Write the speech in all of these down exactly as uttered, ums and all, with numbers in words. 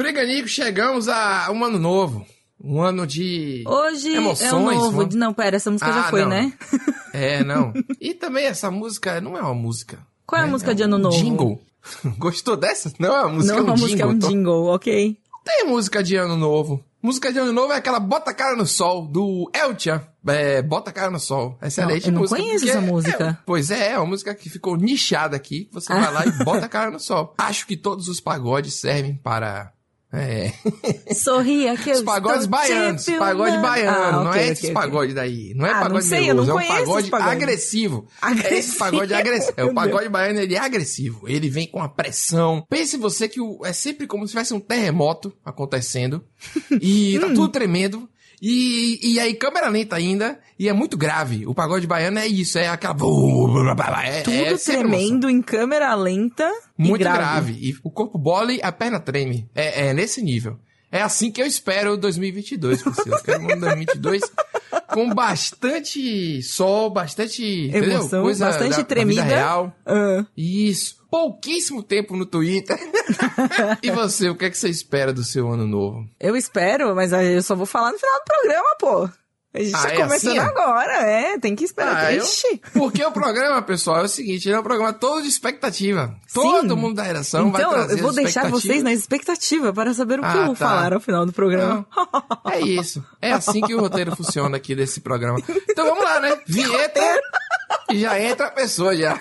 Preganico, chegamos a um ano novo. Um ano de Hoje emoções. é um novo. Um... Não, pera, essa música ah, já foi, não. né? É, não. E também essa música não é uma música. Qual é né? a música é de ano um novo? Jingle. Gostou dessa? Não é uma música, não, é um a jingle. música é um tô... jingle, ok. Tem música de ano novo. Música de ano novo é aquela Bota a Cara no Sol, do El-Chan. É, Bota a Cara no Sol. Excelente não, eu música. não conheço essa música. É, pois é, é uma música que ficou nichada aqui. Você vai lá e bota a cara no sol. Acho que todos os pagodes servem para... É. Sorria que eu Os pagodes estou baianos, te pagode filmando. baiano, Ah, não okay, é esses okay, pagodes daí, não é Ah, pagode não sei, eu meloso, não é um conheço pagode esse pagode. agressivo. Agressivo. Esse pagode é agressivo. É, o pagode baiano, ele é agressivo, ele vem com a pressão. Pense você que o, é sempre como se tivesse um terremoto acontecendo e tá tudo tremendo. E, e aí, câmera lenta ainda, e é muito grave. O pagode baiano é isso, é aquela... É, Tudo é tremendo em câmera lenta e muito grave. grave. E o corpo bola e a perna treme. É, é nesse nível. É assim que eu espero dois mil e vinte e dois, Priscila. Eu quero um dois mil e vinte e dois com bastante sol, bastante... Emoção, entendeu? Coisa bastante da, tremida. Da vida real. Ah. Isso. Pouquíssimo tempo no Twitter. E você, o que é que você espera do seu ano novo? Eu espero, mas eu só vou falar no final do programa, pô. A gente Ah, tá é começando assim, é? agora, é, tem que esperar. Ah, eu... Ixi. Porque o programa, pessoal, é o seguinte, ele é um programa todo de expectativa. Todo Sim. mundo da redação então, vai trazer eu vou as deixar vocês na expectativa para saber o que Ah, eu vou tá. falar ao final do programa. Não, é isso. É assim que o roteiro funciona aqui desse programa. Então vamos lá, né? Vinheta e já entra a pessoa já.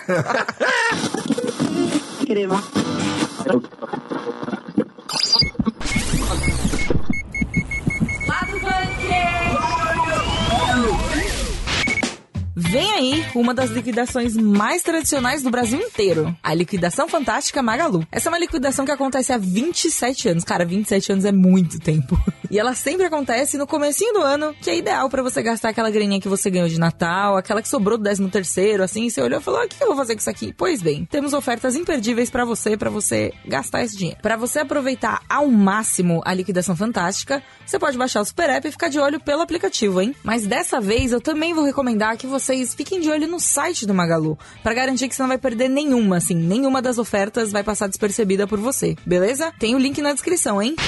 Vem aí uma das liquidações mais tradicionais do Brasil inteiro, a Liquidação Fantástica Magalu. Essa é uma liquidação que acontece há vinte e sete anos. Cara, vinte e sete anos é muito tempo. E ela sempre acontece no comecinho do ano, que é ideal pra você gastar aquela graninha que você ganhou de Natal, aquela que sobrou do décimo terceiro, assim, e você olhou e falou, o que eu vou fazer com isso aqui? Pois bem, temos ofertas imperdíveis pra você, pra você gastar esse dinheiro. Pra você aproveitar ao máximo a Liquidação Fantástica, você pode baixar o Super App e ficar de olho pelo aplicativo, hein? Mas dessa vez eu também vou recomendar que vocês fiquem de olho no site do Magalu, pra garantir que você não vai perder nenhuma, assim, nenhuma das ofertas vai passar despercebida por você, beleza? Tem o link na descrição, hein?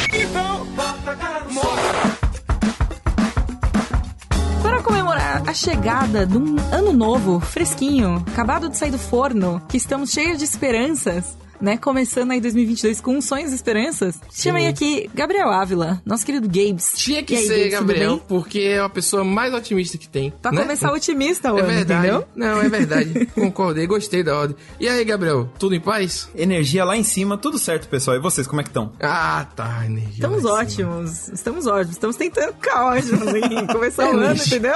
Para comemorar a chegada de um ano novo, fresquinho, acabado de sair do forno, que estamos cheios de esperanças, né? Começando aí dois mil e vinte e dois com sonhos e esperanças. Chamei aqui Gabriel Ávila, nosso querido Gabes. Tinha que aí, ser, Gabes, Gabriel, porque é a pessoa mais otimista que tem. Pra né? começar otimista o É ano, verdade. entendeu? Não, é verdade. Concordei, gostei da ordem. E aí, Gabriel, tudo em paz? Energia lá em cima, tudo certo, pessoal. E vocês, como é que estão? Ah, tá, energia. Estamos lá em ótimos, estamos ótimos, estamos tentando ficar ótimos em começar o ano, entendeu?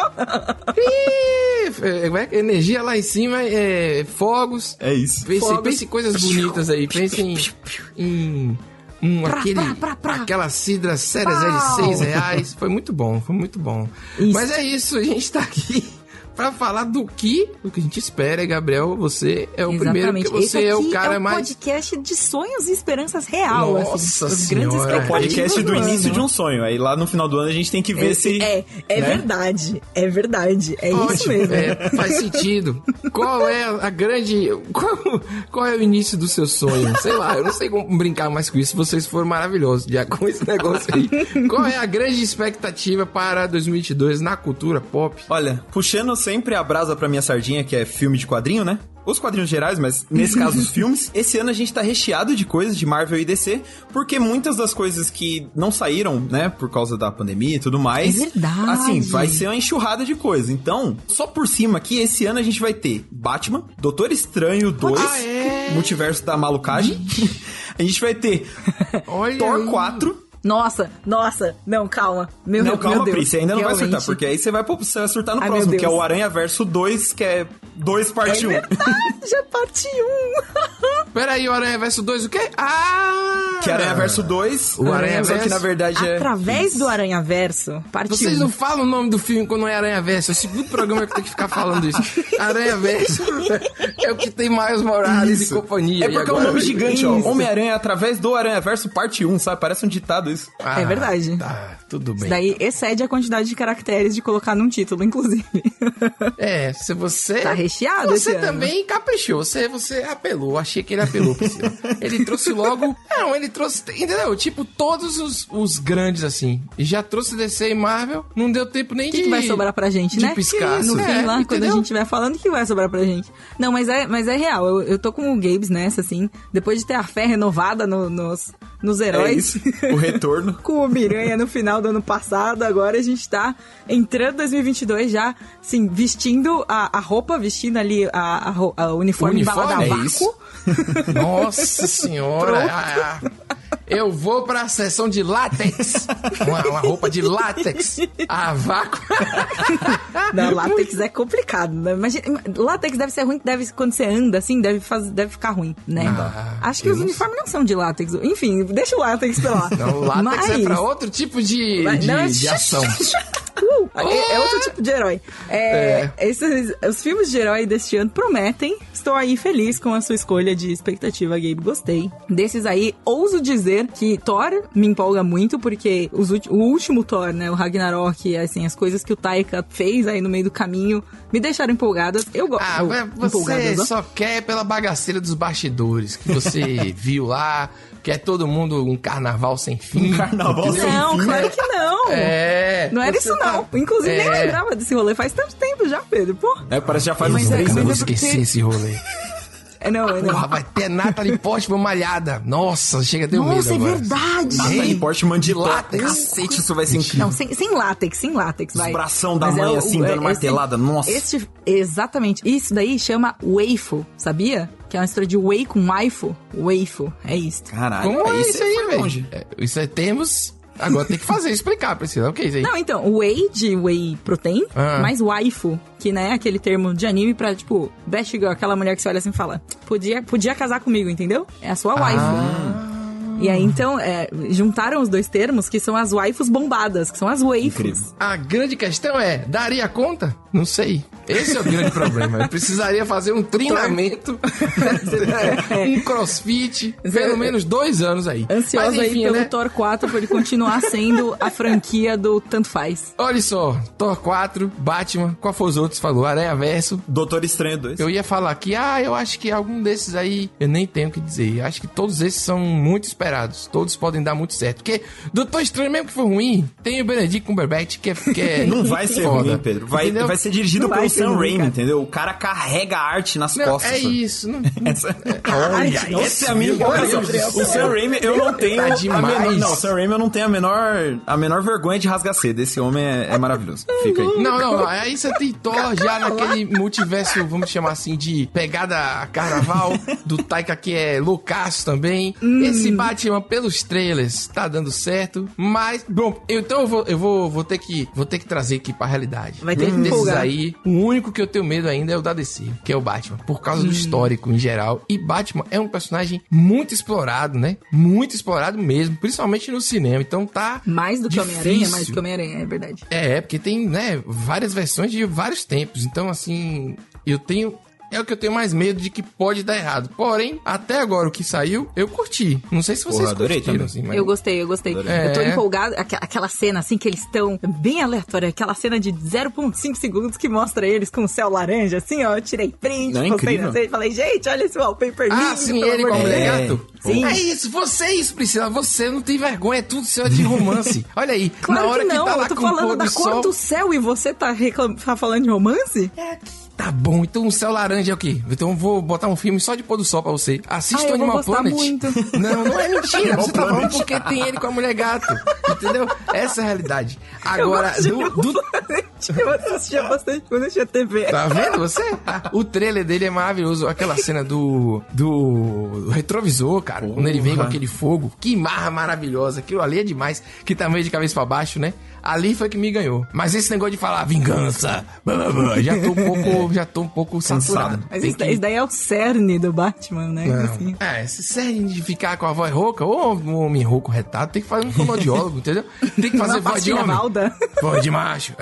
Ih, é, energia lá em cima, é, fogos. É isso. Pense, Fogos. pense em coisas bonitas aí. Pense em, em um, Pra, aquele, pra, pra, pra. aquela cidra Cerezer de Pau. seis reais. Foi muito bom, foi muito bom. Isso. Mas é isso, a gente tá aqui pra falar do que, do que a gente espera, Gabriel. Você é o primeiro, porque você Esse é o aqui cara é o mais... podcast de sonhos e esperanças real, Nossa assim. Os grandes senhora. É o podcast do ano. início de um sonho. Aí lá no final do ano a gente tem que ver É, se... é, é né? verdade, é verdade, é isso Ótimo, mesmo. é, faz sentido. Qual é a grande... Qual, qual é o início do seu sonho? Sei lá, eu não sei como brincar mais com isso. Vocês foram maravilhosos já com esse negócio aí. Qual é a grande expectativa para dois mil e vinte e dois na cultura pop? Olha, puxando sempre a brasa pra minha sardinha, que é filme de quadrinho, né? Os quadrinhos gerais, mas nesse caso os filmes. Esse ano a gente tá recheado de coisas de Marvel e D C, porque muitas das coisas que não saíram, né, por causa da pandemia e tudo mais... É verdade. Assim, vai ser uma enxurrada de coisa. Então, só por cima aqui, esse ano a gente vai ter Batman, Doutor Estranho dois, Ah, é? Multiverso da Malucagem. A gente vai ter Olha Thor aí. quatro... Nossa, nossa, não, calma. Meu, Não, meu calma, Deus, Pri, você ainda não vai realmente. surtar, porque aí você vai, você vai surtar no Ai, próximo, meu que é Deus. o Aranha Verso dois, que é dois parte É um. verdade, já parte um. Peraí, o Aranha Verso dois o quê? Ah! Que é Aranha Verso dois. O Aranha Só que Verso. na verdade é... Através do Aranha Verso, parte Vocês um. não falam o nome do filme quando é Aranha Verso. É o segundo programa que eu tenho que ficar falando isso. Aranha Verso é o que tem Miles Morales Isso. e companhia. É porque E é um agora- nome gigante, ó. Isso. Homem-Aranha através do Aranha Verso parte um, sabe? Parece um ditado isso. Ah, É verdade. Tá, tudo bem. Isso daí excede a quantidade de caracteres de colocar num título, inclusive. É, se você... Tá recheado Você esse ano. também caprichou, você, você apelou, achei que ele apelou, Priscila. Ele trouxe logo... Não, ele ele trouxe, entendeu? Tipo, todos os, os grandes, assim. E já trouxe D C e Marvel, não deu tempo nem que de... que vai sobrar pra gente, de né? piscar. No É, fim, lá, entendeu? quando a gente estiver falando, o que vai sobrar pra gente? Não, mas é, mas é real. Eu, eu tô com o Gabes nessa, assim. Depois de ter a fé renovada no, nos, nos É heróis. isso, o retorno. Com o Miranha no final do ano passado, agora a gente tá entrando em dois mil e vinte e dois já, assim, vestindo a, a roupa, vestindo ali a, a, a, a uniforme, O uniforme, embalado a é vácuo. isso? Nossa senhora! Ah, ah. Eu vou pra seção de látex. Uma, uma roupa de látex. A vácuo. Não, látex é complicado, né? Imagina, látex deve ser ruim, deve, quando você anda, assim, deve, faz, deve ficar ruim, né? Ah, Acho que os não uniformes não são de látex. Enfim, deixa o látex pra lá. Não, o látex Mas... é pra outro tipo de, Mas de, não, é- de ação. Uh, é, é outro tipo de herói. É, É. Esses, os filmes de herói deste ano prometem. Estou aí feliz com a sua escolha de expectativa, Gabe. Gostei. Desses aí, ouso dizer que Thor me empolga muito, porque os, ulti- o último Thor, né? O Ragnarok, assim, as coisas que o Taika fez aí no meio do caminho me deixaram empolgadas. Eu gosto. Ah, mas você só quer pela bagaceira dos bastidores, que você viu lá, que é todo mundo um carnaval sem fim. Um carnaval sem Não, fim, claro né? que não. É. Não era você isso, tá- não. Inclusive, nem É. lembrava desse rolê. Faz tanto tempo já, Pedro. Pô. É, parece que já faz Eu uns nunca três mas vou anos. é porque- esquecer esse rolê. É, não, é não. Porra, vai ter Natalie Portman malhada. Nossa, chega, deu medo Nossa, é agora. verdade. Natalie Portman mandíbula. De látex. Cacete, isso vai ser incrível. Não, sem, sem látex, sem látex, vai. Os bração da Mas mãe, é o- assim, o- dando esse- martelada. Nossa. Este, exatamente. Isso daí chama waifu, sabia? Que é uma história de whey com waifu. Waifu, é isso. Caralho, Como é aí isso você aí, foi velho? longe. É, isso aí temos... Agora tem que fazer, explicar, Priscila. O que é isso aí? Não, então, whey de whey protein, Ah. mais waifu, que né, é aquele termo de anime pra, tipo, best girl, aquela mulher que você olha assim e fala, podia, podia casar comigo, entendeu? É a sua waifu. Ah. E aí, então, é, juntaram os dois termos, que são as waifus bombadas, que são as waifus. Incrível. A grande questão é, daria conta? Não sei. Esse é o grande problema. Eu precisaria fazer um treinamento, um crossfit, pelo menos dois anos aí. Ansiosa Mas, enfim, aí pelo né? Thor quatro pra ele continuar sendo a franquia do Tanto Faz. Olha só, Thor quatro, Batman, qual foi os outros? Falou, Aranha Verso. Doutor Estranho dois. Eu ia falar que, ah, eu acho que algum desses aí, eu nem tenho o que dizer. Eu acho que todos esses são muito esperados. Todos podem dar muito certo. Porque Doutor Estranho, mesmo que for ruim, tem o Benedict Cumberbatch, que é, que é Não vai ser foda. ruim, Pedro. Vai, Entendeu? vai ser dirigido Não vai pelo ser Sam ruim, Raimi, cara. entendeu? O cara carrega a arte nas Não, costas. é sabe? isso. Não, Essa... Olha, Essa esse é a minha meu empolgação. Deus do O céu. Sam Raimi, eu não tenho Tá a demais. menor... Não, o Sam Raimi eu não tenho a menor, a menor vergonha de rasgar cedo. Esse homem é, é maravilhoso. Fica aí. Não, não, não. Aí você tem Thor já naquele multiverso, vamos chamar assim, de pegada carnaval, do Taika que é loucaço também. Esse Batman, pelos trailers, tá dando certo. Mas, bom, eu- então eu vou, eu vou, vou ter que vou ter que trazer aqui pra realidade. Vai ter que Desses empolgar. aí, o único que eu tenho medo ainda é o da D C, que é o Batman, por causa do histórico em geral. E Batman é um personagem muito explorado, né? Muito explorado mesmo, principalmente no cinema. Então tá Mais do que difícil. Homem-Aranha, mais do que Homem-Aranha, é verdade. É, porque tem, né, várias versões de vários tempos. Então, assim, eu tenho... É o que eu tenho mais medo de que pode dar errado. Porém, até agora o que saiu, eu curti. Não sei se vocês Porra, adorei curtiram, também. assim, mas... Eu gostei, eu gostei. É. Eu tô empolgada. Aqu- Aquela cena, assim, que eles estão bem aleatória. Aquela cena de zero vírgula cinco segundos que mostra eles com o céu laranja, assim, ó. Eu tirei print, Não, é postei incrível. na rede, falei, gente, olha esse wallpaper lindo. Ah, sim, pelo ele amor com a de mulher Deus. É. gato. Sim. É isso, você é isso, Priscila. Você não tem vergonha, é tudo seu de romance. Olha aí, Claro na hora que não, tá lá eu tô com o falando pôr da do cor sol... do céu e você tá, reclam... tá falando de romance? Tá bom, então o céu laranja é o quê? Então eu vou botar um filme só de pôr do sol pra você. Assista Ah, o eu vou Animal gostar Planet. muito. Não, não é mentira. Animal Você tá falando Planet. porque tem ele com a mulher gato. Entendeu? Essa é a realidade. Agora, eu do, do Eu assistia bastante quando eu tinha T V. Tá vendo você? O trailer dele é maravilhoso. Aquela cena do, do, do retrovisor, cara. Quando ele vem com aquele fogo. Que marra maravilhosa. Aquilo ali é demais. Que tá meio de cabeça pra baixo, né? Ali foi que me ganhou. Mas esse negócio de falar vingança, blá, blá, blá, já tô um pouco, já tô um pouco saturado. Mas Tem isso, daí- isso daí é o cerne do Batman, né? Não. Assim. É, se cerne de ficar com a voz rouca, ou um homem rouco retado, tem que fazer um fonoaudiólogo, entendeu? Tem que fazer Uma voz de pastilha homem. Valda. Voz de macho. É,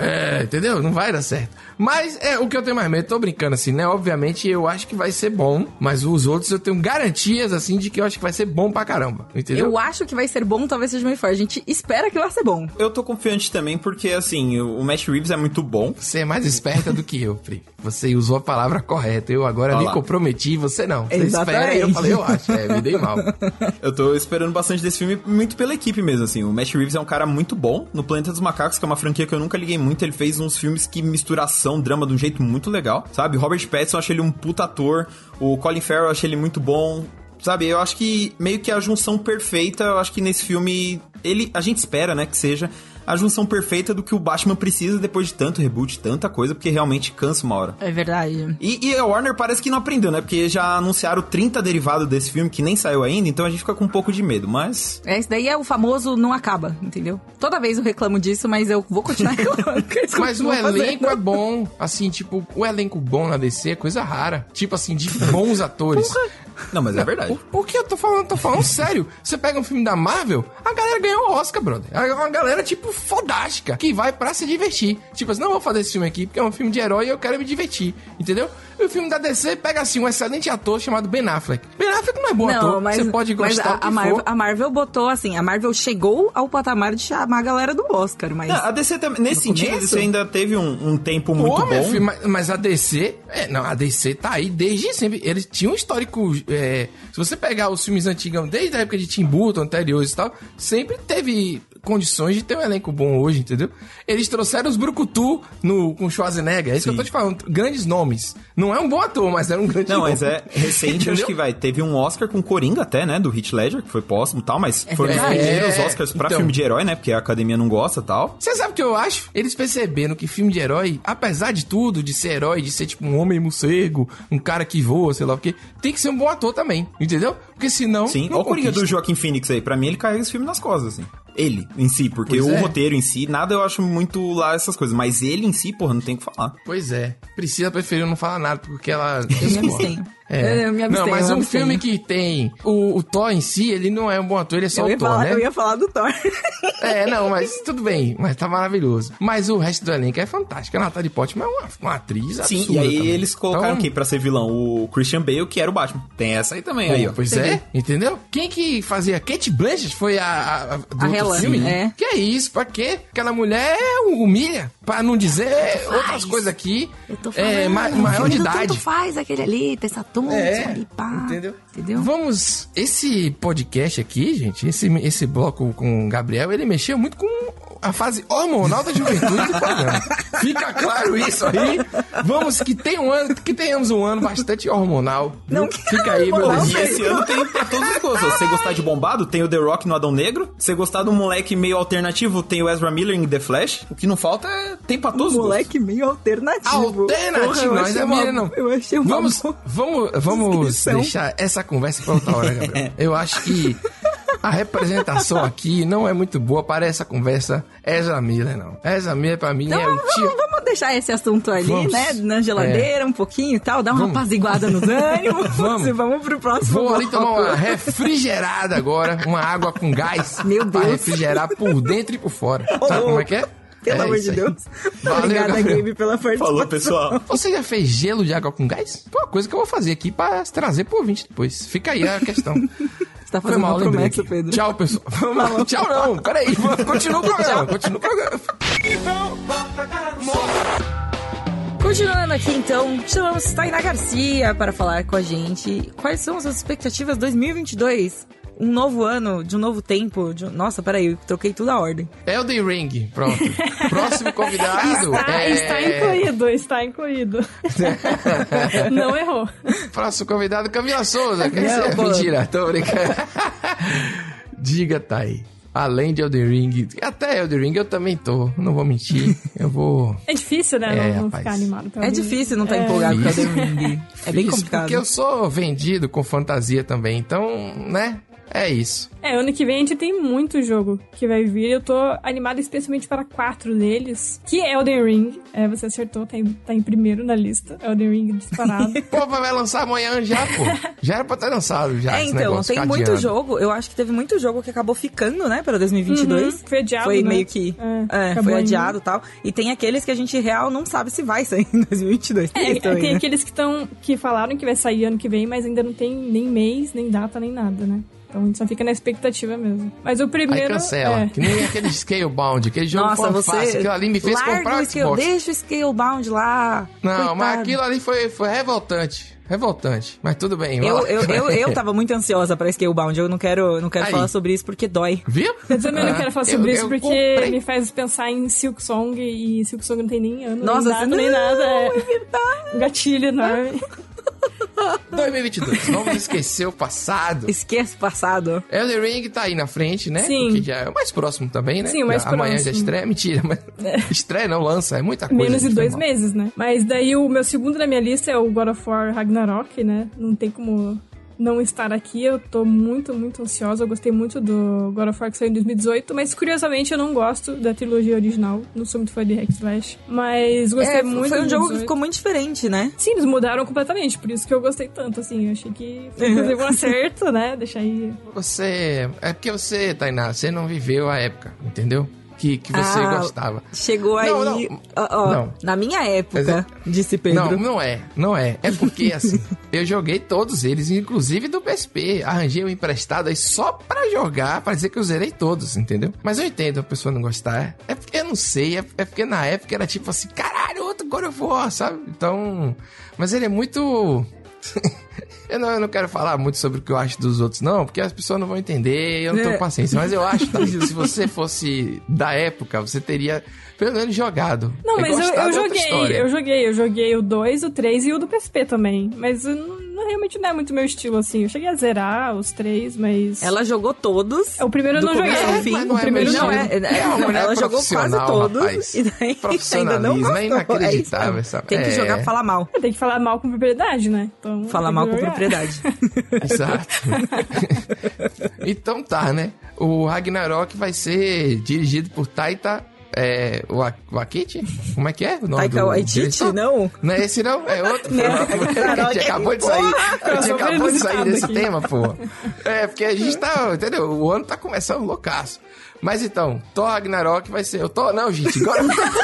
entendeu? Não vai dar certo. Mas é o que eu tenho mais medo, tô brincando assim, né? Obviamente eu acho que vai ser bom, mas os outros eu tenho garantias, assim, de que eu acho que vai ser bom pra caramba, entendeu? Eu acho que vai ser bom, talvez seja meio forte. A gente espera que vai ser bom. Eu tô confiante também porque, assim, o Matt Reeves é muito bom. Você é mais esperta do que eu, Pri. Você usou a palavra correta. Eu agora Olha me lá. comprometi, você não. Você Exatamente. espera e eu falei, eu acho. É, me dei mal. Eu tô esperando bastante desse filme, muito pela equipe mesmo, assim. O Matt Reeves é um cara muito bom. No Planeta dos Macacos, que é uma franquia que eu nunca liguei muito, ele fez uns filmes que misturação, drama de um jeito muito legal, sabe? Robert Pattinson, eu acho ele um puta ator. O Colin Farrell, eu acho ele muito bom. Sabe, eu acho que meio que a junção perfeita, eu acho que nesse filme, ele, a gente espera, né, que seja a junção perfeita do que o Batman precisa depois de tanto reboot, tanta coisa, porque realmente cansa uma hora. É verdade. E, e a Warner parece que não aprendeu, né, porque já anunciaram trinta derivados desse filme que nem saiu ainda, então a gente fica com um pouco de medo, mas... Esse daí é o famoso não acaba, entendeu? Toda vez eu reclamo disso, mas eu vou continuar reclamando. Mas o elenco é bom, assim, tipo, o elenco bom na D C é coisa rara. Tipo assim, de bons atores. Porra. Não, mas é verdade. O, o que eu tô falando? Tô falando sério. Você pega um filme da Marvel, a galera ganhou o Oscar, brother. É uma galera, tipo, fodástica, que vai pra se divertir. Tipo assim, não vou fazer esse filme aqui porque é um filme de herói e eu quero me divertir, entendeu? E o filme da D C pega, assim, um excelente ator chamado Ben Affleck. Ben Affleck não é bom não, ator, mas, você pode mas gostar a, o que a Marvel, for. a Marvel botou, assim, a Marvel chegou ao patamar de chamar a galera do Oscar, mas... Não, a D C também, nesse sentido, começo? a D C ainda teve um, um tempo muito Pô, bom. meu filho, mas, mas a D C... É, não, a D C tá aí desde sempre. Eles tinham um histórico... É, se você pegar os filmes antigos, desde a época de Tim Burton, anteriores e tal, sempre teve condições de ter um elenco bom hoje, entendeu? Eles trouxeram os Brucutu no, com Schwarzenegger. É isso Sim. que eu tô te falando. Grandes nomes. Não é um bom ator, mas era um grande Não, nome. mas é recente, acho que vai. Teve um Oscar com Coringa até, né? Do Heath Ledger, que foi póstumo e tal, mas É foram os verdade. primeiros É, Oscars pra então. filme de herói, né? Porque a academia não gosta e tal. Você sabe o que eu acho? Eles perceberam que filme de herói, apesar de tudo, de ser herói, de ser tipo um homem morcego, um cara que voa, sei lá o quê, tem que ser um bom ator também, entendeu? Porque senão... Sim, não olha o Coringa conquista. do Joaquin Phoenix aí. Pra mim, ele carrega esse filme nas costas, assim. Ele, em si, porque Pois o é. roteiro em si, nada eu acho muito lá essas coisas. Mas ele em si, porra, não tem o que falar. Pois é. Priscila preferiu não falar nada, porque ela... Eu me abstenho. É. Eu me abstenho, não, mas eu um me abstenho. filme que tem... O, o Thor em si, ele não é um bom ator, ele é só Eu o ia, Thor, falar, né? eu ia falar do Thor. É, não, mas tudo bem. Mas tá maravilhoso. Mas o resto do elenco é fantástico. A Natalie Portman é uma, uma atriz Sim, absurda e aí também. eles colocaram Então, quem pra ser vilão? O Christian Bale, que era o Batman. Tem essa aí também, aí, ó. Pois é, entendeu? Quem que fazia? Kate Blanchett foi a, a, a do A outro Helen, filme? é. Que é isso? Pra quê? Aquela mulher humilha. Pra não dizer outras coisas aqui. Eu tô falando, é, ma- maior de idade. Tanto faz aquele ali, Tessa Thompson, É, ali, pá. entendeu? Entendeu? Vamos... Esse podcast aqui, gente, esse, esse bloco com o Gabriel, ele mexeu muito com a fase hormonal da juventude do programa. Fica claro isso aí. Vamos, que, tem um ano, que tenhamos um ano bastante hormonal. Não, viu? Fica aí, meu hormonal, E Deus. esse ano tem pra todos os gostos. Se você gostar de bombado, tem o The Rock no Adão Negro. Se você gostar de um moleque meio alternativo, tem o Ezra Miller em The Flash. O que não falta é... Tem pra todos os Moleque meio alternativo. Alternativo, Porra, eu mas achei a uma- minha não. Eu achei uma Vamos, boa vamos, vamos descrição. deixar essa conversa pra outra hora, Gabriel. Eu acho que a representação aqui não é muito boa para essa conversa Ezra Miller, não. Ezra Miller, pra mim, Então, é o vamos, tio... vamos deixar esse assunto ali, Vamos. né? Na geladeira, um pouquinho e tal, dar uma Vamos. apaziguada nos ânimos. Vamos. E vamos pro próximo Vou ali bloco. tomar uma refrigerada agora, uma água com gás. Meu Pra Deus. refrigerar por dentro e por fora. Sabe como é que é? Pelo É amor isso de aí. Deus. Valeu, Obrigada, Gabriel. Gabe, pela participação. Falou, pessoal. Você já fez gelo de água com gás? Foi uma coisa que eu vou fazer aqui pra trazer pro ouvinte depois. Fica aí a questão. Você tá Foi fazendo mal, uma lembrei promessa, aqui. Pedro. Tchau, pessoal. Vamos- Tchau não, peraí. Continua o programa, continua o programa. Continuando aqui, então, chamamos Tainá Garcia para falar com a gente. Quais são as suas expectativas dois mil e vinte e dois? Um novo ano, de um novo tempo. De... um- Nossa, peraí, eu troquei tudo a ordem. Elden Ring, pronto. Próximo convidado. Está, é... está incluído, está incluído. Não errou. Próximo convidado, Camila Souza. Quer Não, dizer, pô. mentira, tô brincando. Diga, Thay. Além de Elden Ring, até Elden Ring eu também tô, não vou mentir. Eu vou... É difícil, né? É, não, não rapaz. ficar animado. pra É mim. difícil não estar É. empolgado com a The Difícil. Ring. É bem Fiz, complicado. Porque eu sou vendido com fantasia também, então, né? É isso. É, ano que vem a gente tem muito jogo que vai vir. Eu tô animada especialmente para quatro deles, que é Elden Ring. É, você acertou, tá em, tá em primeiro na lista. Elden Ring disparado. Pô, vai lançar amanhã já, pô. Já era pra ter lançado já. É, esse então, negócio, tem cadeando. muito jogo. Eu acho que teve muito jogo que acabou ficando, né, pra dois mil e vinte e dois. Uhum, foi adiado, Foi né? meio que... É, É, foi adiado e tal. E tem aqueles que a gente real não sabe se vai sair em dois mil e vinte e dois. É, Isso também, tem né? aqueles que, tão, que falaram que vai sair ano que vem, mas ainda não tem nem mês, nem data, nem nada, né? Então a gente só fica na expectativa mesmo. Mas o primeiro... Aí cancela. É. Que nem aquele Scalebound. Aquele jogo Nossa, foi você fácil. Aquilo ali me fez larga comprar o o scale, Xbox. deixa o Scalebound lá. Não, Coitado. mas aquilo ali foi, foi revoltante. Revoltante. Mas tudo bem. vai Eu, lá. eu, eu, eu tava muito ansiosa pra Scalebound. Eu não quero, não quero Aí. falar sobre isso porque dói. Viu? Eu também não quero falar Eu- sobre eu isso porque comprei. me faz pensar em Silk Song e Silk Song não tem nem ano, Nossa, nem data, você nem não, nada. É é verdade. um gatilho enorme. dois mil e vinte e dois. Vamos esquecer o passado. Esquece o passado. Elden Ring tá aí na frente, né? Sim. Porque já é o mais próximo também, né? Sim, o mais Já- Amanhã já próximo. estreia. Mentira, mas... Estreia não, lança. É muita coisa. Menos de gente, dois foi mal. meses, né? Mas daí o meu segundo na minha lista é o God of War Ragnarok, né? Não tem como não estar aqui. Eu tô muito, muito ansiosa. Eu gostei muito do God of War que saiu em dois mil e dezoito, mas curiosamente eu não gosto da trilogia original. Não sou muito fã de Hack Slash, mas gostei É, muito. foi um do jogo que dezoito. ficou muito diferente, né? Sim, eles mudaram completamente, por isso que eu gostei tanto, assim. Eu achei que foi inclusive um acerto, né? Deixa aí. Você... É porque você, Tainá, você não viveu a época, entendeu? Que, que você Ah, gostava. Chegou aí. Não, não. ó, ó, Não. Na minha época, Mas disse Pedro. Não, não é. Não é. É porque, assim, eu joguei todos eles, inclusive do P S P. Arranjei um emprestado aí só pra jogar, pra dizer que eu zerei todos, entendeu? Mas eu entendo a pessoa não gostar. É porque eu não sei. É, é porque na época era tipo assim, caralho, outro God of War, sabe? Então... Mas ele é muito... Eu não, eu não quero falar muito sobre o que eu acho dos outros, não, porque as pessoas não vão entender, eu não tô É. com paciência. Mas eu acho que se você fosse da época, você teria pelo menos jogado. Não, E mas eu, gostado eu de outra joguei, história. eu joguei, eu joguei o dois, o três e o do P S P também. Mas eu não, não- realmente não é muito meu estilo, assim. Eu cheguei a zerar os três, mas. Ela jogou todos. É, o primeiro eu do não joguei. começo ao É, fim. mas não o é primeiro meu não é. estilo. é, É uma mulher ela jogou quase profissional, todos. rapaz. E daí ainda não Profissionalismo, gostou. é inacreditável É isso essa- mesmo. Tem que é. jogar pra falar mal. Tem que falar mal com propriedade, né? Então, Falar tem mal que com jogar. propriedade. Exato. Então tá, né? O Ragnarok vai ser dirigido por Taika... É, o A- Waititi? Como é que é o nome Taika do Waititi, diretor? não? Não é esse não? É outro? Não, A gente Ragnarok. acabou de sair. A gente Crossover acabou de sair inusitado desse aqui. tema, pô. É, porque a gente tá, entendeu? O ano tá começando loucaço. Mas então, Thor Ragnarok vai ser... O Thor, não, gente, agora...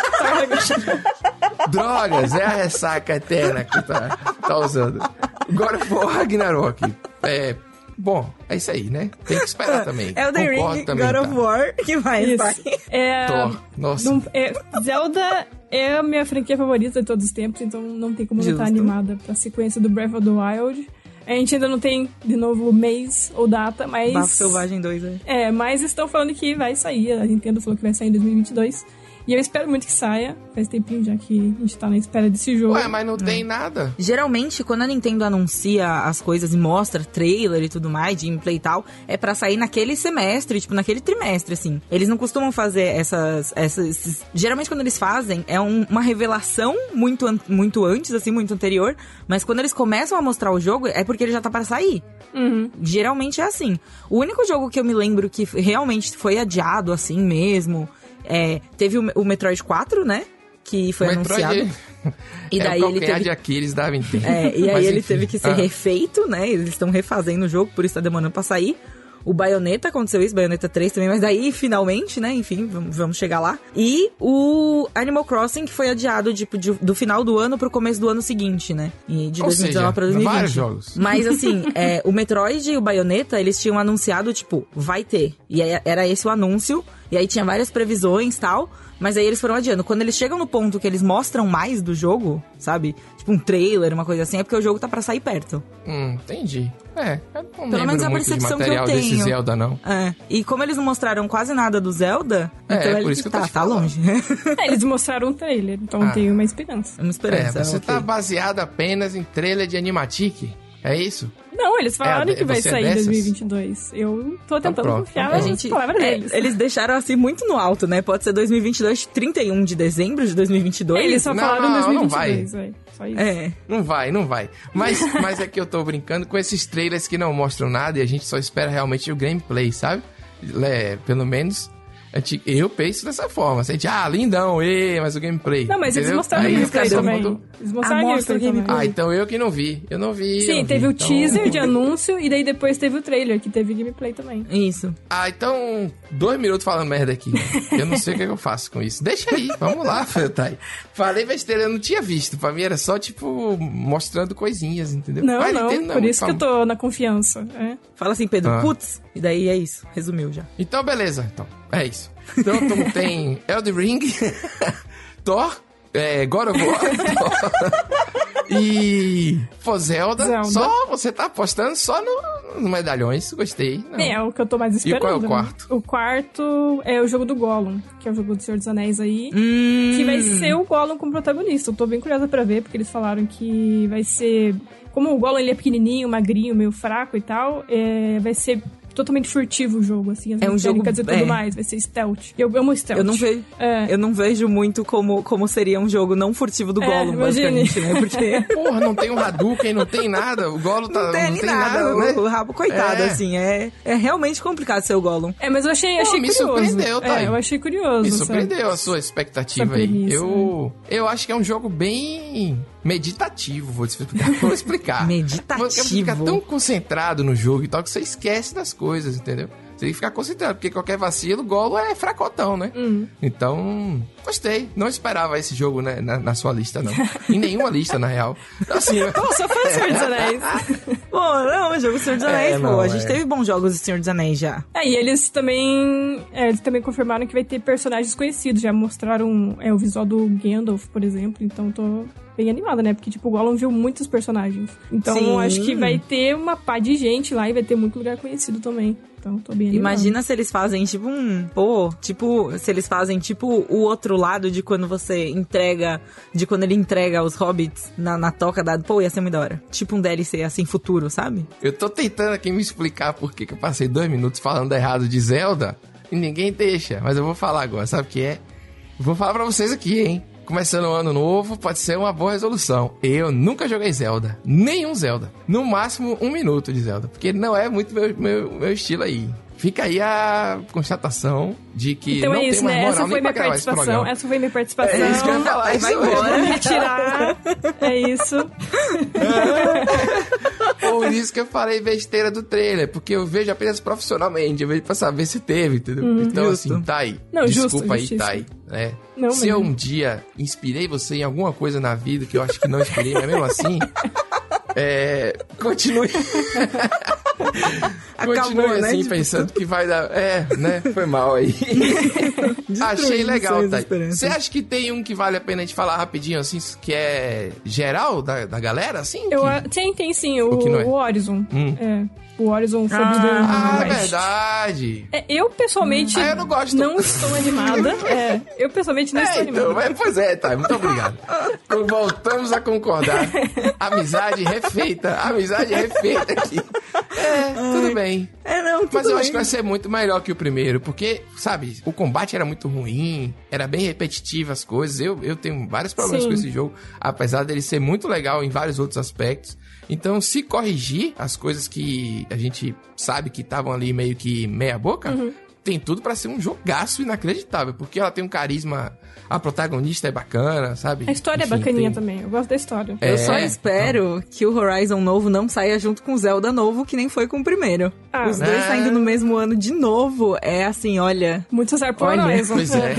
Drogas, é a ressaca eterna que tá, tá usando. Agora for Ragnarok. É... Bom, é isso aí, né? Tem que esperar também. Elden Concordo Ring, também, God tá? of War, que mais Isso. vai? É, Thor, nossa. não- é, Zelda é a minha franquia favorita de todos os tempos, então não tem como não estar Justo. animada pra sequência do Breath of the Wild. A gente ainda não tem, de novo, mês ou data, mas... Bafo Selvagem dois, é. É, mas estão falando que vai sair. A Nintendo falou que vai sair em dois mil e vinte e dois. E eu espero muito que saia. Faz tempinho já que a gente tá na espera desse jogo. Ué, mas não tem nada. Geralmente, quando a Nintendo anuncia as coisas e mostra trailer e tudo mais, gameplay e tal, é pra sair naquele semestre, tipo, naquele trimestre, assim. Eles não costumam fazer essas... essas esses- Geralmente, quando eles fazem, é um- uma revelação muito, an- muito antes, assim, muito anterior, mas quando eles começam a mostrar o jogo, é porque ele já tá pra sair. Uhum. Geralmente é assim. O único jogo que eu me lembro que realmente foi adiado, assim mesmo, é, teve o, o Metroid quatro, né? Que foi Metroid anunciado. E é daí o ele calcanhar teve... de Aquiles da Nintendo. É, e aí Mas, ele enfim. teve que ser Ah. refeito, né? Eles estão refazendo o jogo, por isso tá demorando pra sair. O Bayonetta aconteceu isso, Bayonetta três também, mas daí, finalmente, né? Enfim, vamos, vamos chegar lá. E o Animal Crossing, que foi adiado, tipo, de- do final do ano pro começo do ano seguinte, né? E de Ou dois mil e dezenove seja, pra dois mil e vinte. vários jogos. Mas, assim, é, o Metroid e o Bayonetta, eles tinham anunciado, tipo, vai ter. E aí era esse o anúncio, e aí tinha várias previsões e tal, mas aí eles foram adiando. Quando eles chegam no ponto que eles mostram mais do jogo, sabe? Tipo um trailer, uma coisa assim, é porque o jogo tá pra sair perto. Hum, entendi. É, eu não Pelo lembro menos é a muito de percepção que material eu desse tenho. Zelda, não. É. E como eles não mostraram quase nada do Zelda, É, então é ele por isso que eu tô tá, te tá falando. longe. É, eles mostraram um trailer, então Ah. tem uma esperança. É uma É, esperança. você ok. tá baseado apenas em trailer de Animatic? É isso? Não, eles falaram É, que vai você é sair em dessas? dois mil e vinte e dois. Eu tô Então tentando pronto, confiar então nas A gente, palavras é, deles. eles deixaram assim muito no alto, né? Pode ser dois mil e vinte e dois, trinta e um de dezembro de dois mil e vinte e dois. Eles só Não, falaram não, dois mil e não vinte e dois, velho. Só isso. É. Não vai, não vai. Mas, mas é que eu tô brincando com esses trailers que não mostram nada e a gente só espera realmente o gameplay, sabe? É, pelo menos eu penso dessa forma. Assim, ah, lindão, ê, mas o gameplay. Não, mas eles entendeu? mostraram Aí o os gameplay caras só também. mandam- Eles mostraram Ah, o mostra gameplay o também. gameplay. Ah, então eu que não vi. Eu não vi. Sim, eu teve vi, o então- teaser de anúncio e daí depois teve o trailer, que teve gameplay também. Isso. Ah, então, dois minutos falando merda aqui. Eu não sei o que, é que eu faço com isso. Deixa aí, vamos lá, Thay. Falei besteira, eu não tinha visto. Pra mim era só, tipo, mostrando coisinhas, entendeu? Não, Mas não, Nintendo é por muito isso que eu famoso. tô na confiança. É. Fala assim, Pedro, Ah. putz. E daí é isso. Resumiu já. Então, beleza. Então, é isso. Então, então tem Elden Ring, Thor, é, God of War, e For Zelda. Zelda. Só você tá apostando só no, no medalhões. Gostei. Não. É, é o que eu tô mais E esperando. qual é o né? quarto? O quarto é o jogo do Gollum, que é o jogo do Senhor dos Anéis aí. Hum. Que vai ser o Gollum como protagonista. Eu tô bem curiosa pra ver, porque eles falaram que vai ser... Como o Gollum ele é pequenininho, magrinho, meio fraco e tal, é, vai ser totalmente furtivo o jogo, assim. As É um mecânicas jogo- e tudo é. mais. Vai ser stealth. Eu amo stealth. Eu não vejo, É. eu não vejo muito como, como seria um jogo não furtivo do É, Gollum, imagine. basicamente, né? Porque Porra, não tem um Hadouken, não tem nada. O Golo tá. não tem ali nada, né? o, o rabo, coitado, É. assim, é, é realmente complicado ser o Gollum. É, mas eu achei, achei me curioso. surpreendeu, Thay. É, eu achei curioso. Me sabe? surpreendeu a sua expectativa Essa aí. premissa, Eu, eu acho que é um jogo bem meditativo, vou te explicar. Vou explicar. Meditativo. Você fica tão concentrado no jogo e tal que você esquece das coisas, entendeu? Você tem que ficar concentrado, porque qualquer vacilo, o Golo é fracotão, né? Hum. Então, gostei. Não esperava esse jogo, né, na, na sua lista, não. Em nenhuma lista, na real. Assim, Pô, sou fã do Senhor dos Anéis. Pô, não, o jogo do Senhor dos Anéis, É, pô. não, A gente é. teve bons jogos do Senhor dos Anéis já. É, e eles também, é, eles também confirmaram que vai ter personagens conhecidos. Já mostraram é, o visual do Gandalf, por exemplo. Então tô bem animada, né? Porque, tipo, o Gollum viu muitos personagens. Então Sim. acho que vai ter uma pá de gente lá e vai ter muito lugar conhecido também. Então tô bem animada. Imagina se eles fazem tipo um... Pô, tipo... Se eles fazem tipo o outro lado de quando você entrega... De quando ele entrega os hobbits na, na toca da... Pô, ia ser muito da hora. Tipo um D L C assim, futuro, sabe? eu tô tentando aqui me explicar por que que eu passei dois minutos falando errado de Zelda e ninguém deixa. Mas eu vou falar agora, sabe o que é? Vou falar pra vocês aqui, hein? Começando o ano novo, pode ser uma boa resolução. Eu nunca joguei Zelda. Nenhum Zelda. No máximo, um minuto de Zelda. Porque não é muito meu, meu, meu estilo aí. Fica aí a constatação de que Então não é isso, tem mais né? moral Essa nem foi pra minha gravar esse participação. programa. Essa foi minha participação. É isso que eu ia falar. Vai isso mesmo. embora. Vou retirar. É isso. Por isso que eu falei besteira do trailer, porque eu vejo apenas profissionalmente, eu vejo pra saber se teve, entendeu? então, justo. assim, tá aí. Não, Desculpa justo, aí, justíssimo. tá aí, né? Não, se eu mas- um dia inspirei você em alguma coisa na vida que eu acho que não inspirei, mas mesmo assim, é, continue. Acabou, continue né? assim, Tipo, pensando que vai dar. É, né? Foi mal aí. Achei legal, suas tá? esperanças. Você acha que tem um que vale a pena a gente falar rapidinho, assim, que é geral da, da galera, assim? Eu, que... a- tem, tem sim. O, O que não é? o Horizon. Hum. É. O Horizon Forbidden Ah, West. verdade. É, eu, pessoalmente, Ah, eu não gosto. estou animada. É, eu, pessoalmente, não estou É, então, animada. é, pois é, tá, muito obrigado. Voltamos a concordar. Amizade refeita, amizade refeita aqui. É, tudo bem. É, não, tudo Mas eu bem. acho que vai ser muito melhor que o primeiro, porque, sabe, o combate era muito ruim, era bem repetitivo as coisas. Eu, eu tenho vários problemas Sim. com esse jogo, apesar dele ser muito legal em vários outros aspectos. Então, se corrigir as coisas que a gente sabe que estavam ali meio que meia boca, tem tudo pra ser um jogaço inacreditável, porque ela tem um carisma, a protagonista é bacana, sabe? A história Enfim, é bacaninha tem- também. Eu gosto da história. É, Eu só espero que o Horizon novo não saia junto com o Zelda novo, que nem foi com o primeiro. Ah, Os dois né? saindo no mesmo ano de novo, é assim, olha, Muito azar por Olha, Horizon. Pois é.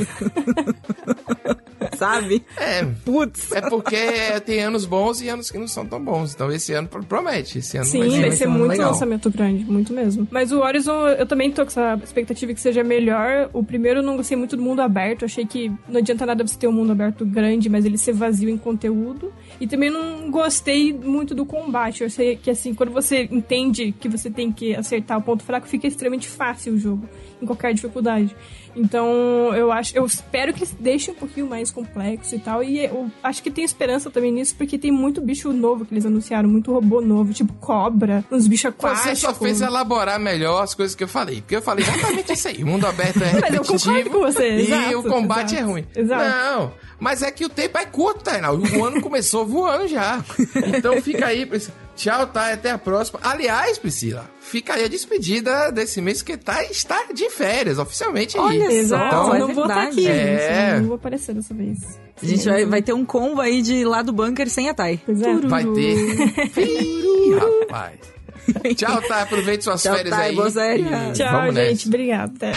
sabe? É, Putz. é porque tem anos bons e anos que não são tão bons. Então esse ano pro- promete. Esse ano Sim, vai ser, vai vai ser um muito legal. lançamento grande, muito mesmo. Mas o Horizon, eu também tô com essa expectativa que seja melhor. O primeiro eu não gostei muito do mundo aberto. Achei que não adianta nada você ter um mundo aberto grande, mas ele ser vazio em conteúdo. E também não gostei muito do combate. Eu sei que, assim, quando você entende que você tem que acertar o ponto fraco, fica extremamente fácil o jogo, em qualquer dificuldade. Então, eu acho, eu espero que deixe um pouquinho mais complexo e tal. E eu acho que tem esperança também nisso, porque tem muito bicho novo que eles anunciaram, muito robô novo, tipo cobra, uns bichos aquáticos. Você só fez elaborar melhor as coisas que eu falei. Porque eu falei exatamente isso aí. O mundo aberto é repetitivo. Mas eu concordo com você, e exato, o combate exato, é ruim. Exato. Não, mas é que o tempo é curto, Tainá. O ano começou voando já. Então fica aí, Priscila. Tchau, tá? Até a próxima. Aliás, Priscila, fica aí a despedida desse mês que tá, está de férias, oficialmente. Olha aí. Exato, Então, eu não vou estar aqui, é... gente. Eu não vou aparecer dessa vez. A gente vai, vai ter um combo aí de lá do bunker sem a Thay. Pois é. Vai ter. Ih, rapaz. Tchau, Thay. Aproveite suas Tchau, férias Thay, aí. boa série. E Tchau, vamos gente. nessa. Obrigada. Até.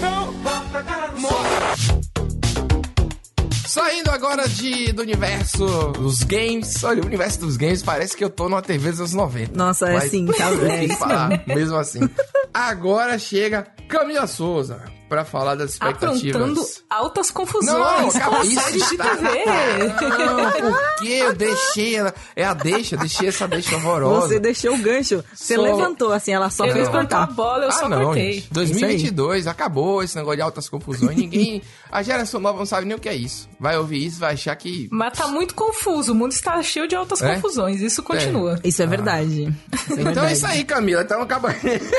Saindo agora de, do universo dos games. Olha, o universo dos games parece que eu tô numa T V dos anos noventa. Nossa, é Mas assim, tá? eu É tenho que isso falar, mesmo. mesmo assim. Agora chega Camila Souza pra falar das expectativas. Aprontando altas confusões Não, com calma, a isso série de está- T V. Não, porque eu deixei ela. É a deixa, deixei essa deixa horrorosa. Você deixou o gancho. Você Só- levantou, assim, ela só Eu fez levantou a cortar. bola, eu ah, só não, cortei. gente. dois mil e vinte e dois, acabou esse negócio de altas confusões. Ninguém. A geração nova não sabe nem o que é isso. Vai ouvir isso, vai achar que. Mas tá muito confuso, o mundo está cheio de altas É? confusões, isso continua. Isso é verdade. Isso é Então verdade. é isso aí, Camila. Então acaba.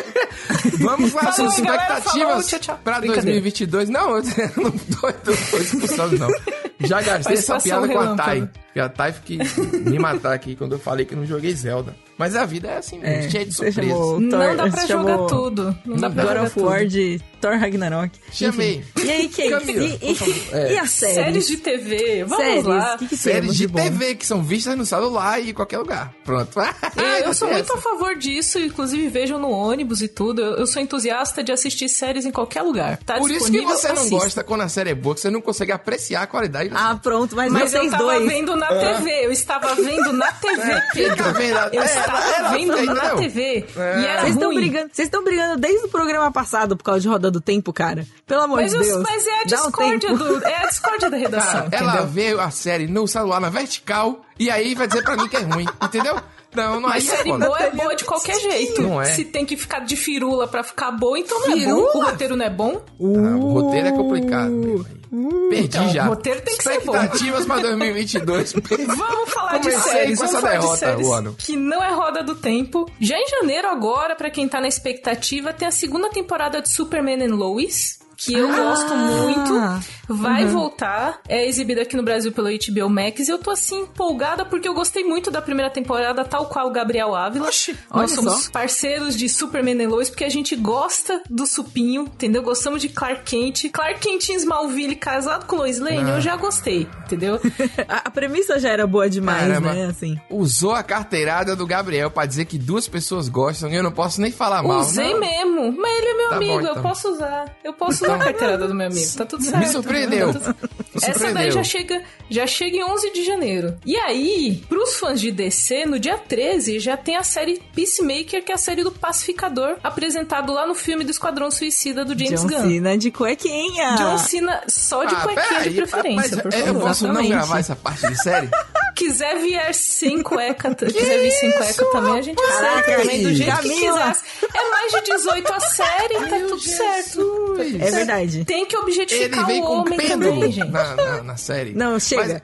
Vamos lá, Falou, suas galera, expectativas falou, tchau, tchau. pra Brincadeira. dois mil e vinte e dois. Não, eu não tô, tô, tô expulsando, não. Já gastei essa Participação piada com a relâmpago. Thay. Porque a Thay fiquei me matar aqui quando eu falei que não joguei Zelda. Mas a vida é assim, É, cheia de você surpresas. chamou Não Thor, dá pra você jogar chamou tudo. Não dá pra God jogar of tudo. War de Thor Ragnarok. Chamei. Enfim. E aí, Kate? Camila, E, por favor. e, É. e as séries? Séries de T V, vamos séries, lá. o que, que Séries temos de bom? T V que são vistas no celular e em qualquer lugar. Pronto. Eu, eu sou muito a Essa. favor disso, inclusive vejam no ônibus e tudo. Eu, eu sou entusiasta de assistir séries em qualquer lugar. Tá Por isso que disponível, você não assista. gosta quando a série é boa, que você não consegue apreciar a qualidade da Ah, pronto, mas, Mas eu vocês tava dois. vendo na T V, eu estava vendo na T V, Fica Pedro. vendo. Eu É, estava era- vendo era- na entendeu? T V e era Vocês estão ruim. brigando, vocês estão brigando desde o programa passado por causa de Roda do Tempo, cara. Pelo amor Mas, de eu- Deus. mas é a Dá um discórdia tempo. do, é a discórdia da redação, Ela entendeu? vê a série no celular na vertical e aí vai dizer pra mim que é ruim, entendeu? Não, não Mas aí é série foda. boa é boa de qualquer jeito. Não é. Se tem que ficar de firula pra ficar boa, então não é Firula? bom. O roteiro não é bom. Ah, o roteiro é complicado. meu aí. Perdi Então, já. o roteiro tem que ser bom. Expectativas pra dois mil e vinte e dois. Vamos falar de Comecei séries, com vamos essa falar de derrota, séries o ano. que não é roda do tempo. Já em janeiro agora, pra quem tá na expectativa, tem a segunda temporada de Superman and Lois, que eu Ah, gosto muito. Vai uhum. voltar. É exibida aqui no Brasil pelo H B O Max. E eu tô assim empolgada porque eu gostei muito da primeira temporada, tal qual o Gabriel Ávila. Oxi, Nós olha somos só. parceiros de Superman and Lois porque a gente gosta do supinho, entendeu? Gostamos de Clark Kent. Clark Kent em Smallville casado com Lois Lane, Ah. eu já gostei, entendeu? A, a premissa já era boa demais, Caramba. né? Assim. Usou a carteirada do Gabriel pra dizer que duas pessoas gostam e eu não posso nem falar mal. Usei não. mesmo, mas ele é meu Tá amigo, bom, eu então. posso usar. Eu posso usar a carteirada do meu amigo, tá tudo certo. Me surpreendeu. Tá tudo- Me Essa daí surpreendeu. já chega, já chega em onze de janeiro. E aí, pros fãs de D C, no dia treze, já tem a série Peacemaker, que é a série do Pacificador, apresentado lá no filme do Esquadrão Suicida do James John Gunn. Cena de cuequinha. John Cena só de Ah, cuequinha peraí, de preferência, mas por eu favor. posso não Exatamente. gravar essa parte de série? Quiser vir sem cueca, t- quiser vir sem cueca também, a gente aceita Caraca, também do jeito que Camila. quiser. É mais de dezoito a série, tá tudo certo. É verdade. Tem que Ele objetificar vem o com homem pêndulo também, gente. na, na, na série. Não, chega.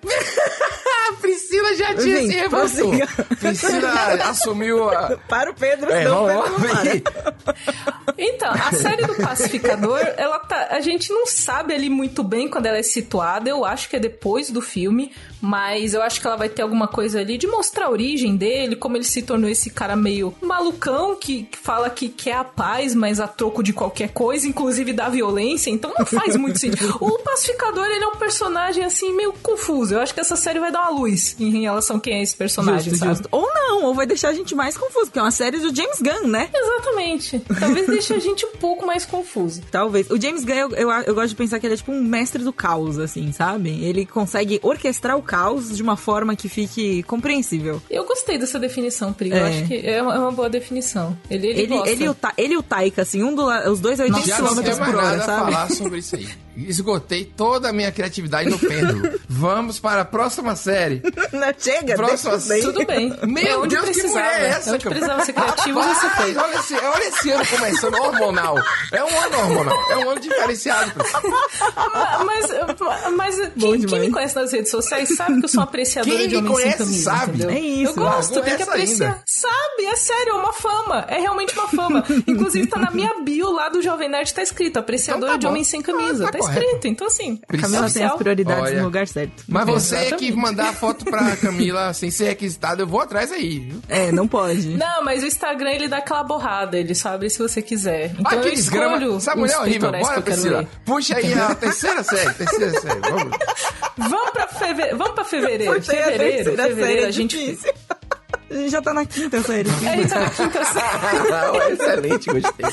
A Priscila já tinha Vem, se revoltou. prossiga. Priscila assumiu a... Para o Pedro, É, senão o vamos Pedro lá, não vem. para. Então, a série do Pacificador, ela tá, a gente não sabe ali muito bem quando ela é situada. Eu acho que é depois do filme, mas eu acho que ela vai ter alguma coisa ali de mostrar a origem dele, como ele se tornou esse cara meio malucão que, que fala que quer a paz, mas a troco de qualquer coisa, inclusive da violência. Então não faz muito sentido. O Pacificador, ele é um personagem assim meio confuso. Eu acho que essa série vai dar uma luz em relação a quem é esse personagem, Justo, sabe? justo. Ou não, ou vai deixar a gente mais confuso, porque é uma série do James Gunn, né? Exatamente. Talvez deixe a gente um pouco mais confuso. Talvez. O James Gunn, eu, eu, eu gosto de pensar que ele é tipo um mestre do caos, assim, sabe? Ele consegue orquestrar o caos de uma forma que fique compreensível. Eu gostei dessa definição, Pri. Eu É. acho que é uma, é uma boa definição. Ele, ele, Ele, gosta. ele, e o Ta- ele e o Taika, assim, um do la- os dois a oitenta Já não quilômetros tenho por mais hora, nada a sabe? falar sobre isso aí. Esgotei toda a minha criatividade no pêndulo. Vamos para a próxima série. série. Não, chega, Próxima deixa isso Tudo bem. Meu é onde Deus, que precisava. mulher é essa, onde cara? precisava ser criativo, você Rapaz, fez. olha esse, olha esse ano começando hormonal. É um ano hormonal. É um ano diferenciado. Mas, mas quem, Bom quem demais. me conhece nas redes sociais sabe que eu sou uma apreciadora Quem de me homens sem conhece camisa, sabe. entendeu? É isso. Eu gosto, Largou tem que essa apreciar. ainda. Sabe, é sério, é uma fama. É realmente uma fama. Inclusive, tá na minha bio lá do Jovem Nerd, tá escrito, apreciadora Então tá de bom. homens sem camisa. Ah, tá tá correto. escrito, então assim. A Camila tem as oficial. prioridades Olha. no lugar certo. Mas você Exatamente. que mandar a foto pra Camila sem ser requisitado, eu vou atrás aí, viu? É, não pode. Não, mas o Instagram, ele dá aquela borrada, ele sabe se você quiser. Então Ah, eu que escolho desgrama. Essa mulher é os horrível. peitorais Bora, que eu quero Priscila. ler. Puxa aí a terceira série. Terceira série. Vamos. Vamos pra, feve... Vamos pra fevereiro. Porque a Fevereiro, terceira fevereiro, série é a gente... difícil. A gente já tá na quinta série. É, a gente tá na quinta série. Excelente, gostei.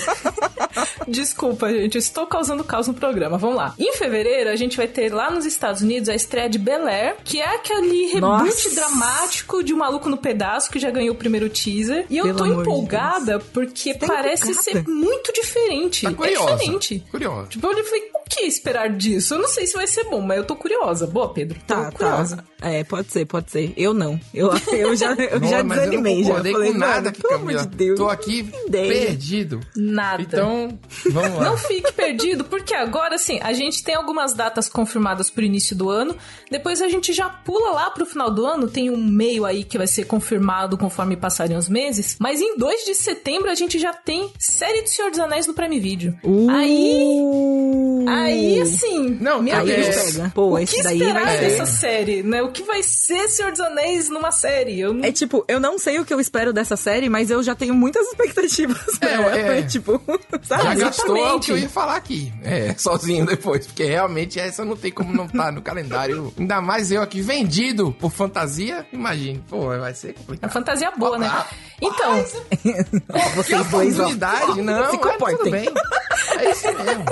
Desculpa, gente, eu estou causando caos no programa. Vamos lá. Em fevereiro, a gente vai ter lá nos Estados Unidos a estreia de Bel-Air, que é aquele reboot Nossa. dramático de Um Maluco no Pedaço, que já ganhou o primeiro teaser. E eu Pelo tô amor de empolgada porque tá parece empolgada? ser muito diferente. Tá curiosa. É diferente. Curiosa. Tipo, eu falei, o que esperar disso? Eu não sei se vai ser bom, mas eu tô curiosa. Boa, Pedro. Tô Tá, curiosa. tá. É, pode ser, pode ser. Eu não. Eu, eu já, eu já Não, mas desanimei. eu não já concordei falei, com nada mano, aqui, pelo amor Camila. de Deus. Tô aqui Ideia. perdido. Nada. Então, vamos lá. Não fique perdido, porque agora, assim, a gente tem algumas datas confirmadas pro início do ano, depois a gente já pula lá pro final do ano, tem um meio aí que vai ser confirmado conforme passarem os meses, mas em dois de setembro a gente já tem série do Senhor dos Anéis no Prime Video. Uh, Aí, aí, assim, Não, meu aí Deus, pega. Pô, o esse que daí esperar vai ser- dessa série, né? O que vai ser Senhor dos Anéis numa série? Eu não... É tipo, eu não sei o que eu espero dessa série, mas eu já tenho muitas expectativas pra É, ela. é. Tipo, sabe? Já Exatamente. gastou o que eu ia falar aqui. É, sozinho depois. Porque realmente essa não tem como não estar no calendário. Ainda mais eu aqui vendido por fantasia. Imagine. Pô, vai ser É complicado. fantasia boa, né? Ah, Então, Que Vocês dois, ó. oportunidade, não. Se mas tudo comportem. bem. É isso mesmo.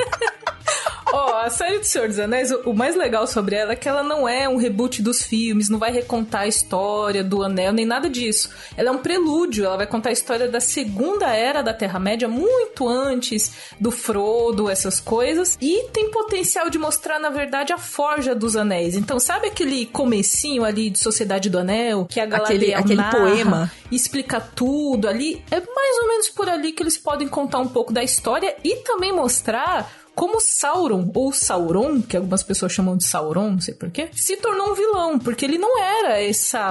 ó, a série do Senhor dos Anéis, o o mais legal sobre ela é que ela não é um reboot dos filmes, não vai recontar a história do Anel, nem nada disso. Ela é um prelúdio, ela vai contar a história da Segunda Era da Terra-média, muito antes do Frodo, essas coisas, e tem potencial de mostrar, na verdade, a Forja dos Anéis. Então, sabe aquele comecinho ali de Sociedade do Anel, que a Aquele- Galadriel aquele narra, poema. explica tudo ali? É mais ou menos por ali que eles podem contar um pouco da história e também mostrar como Sauron, ou Sauron, que algumas pessoas chamam de Sauron, não sei porquê, se tornou um vilão, porque ele não era essa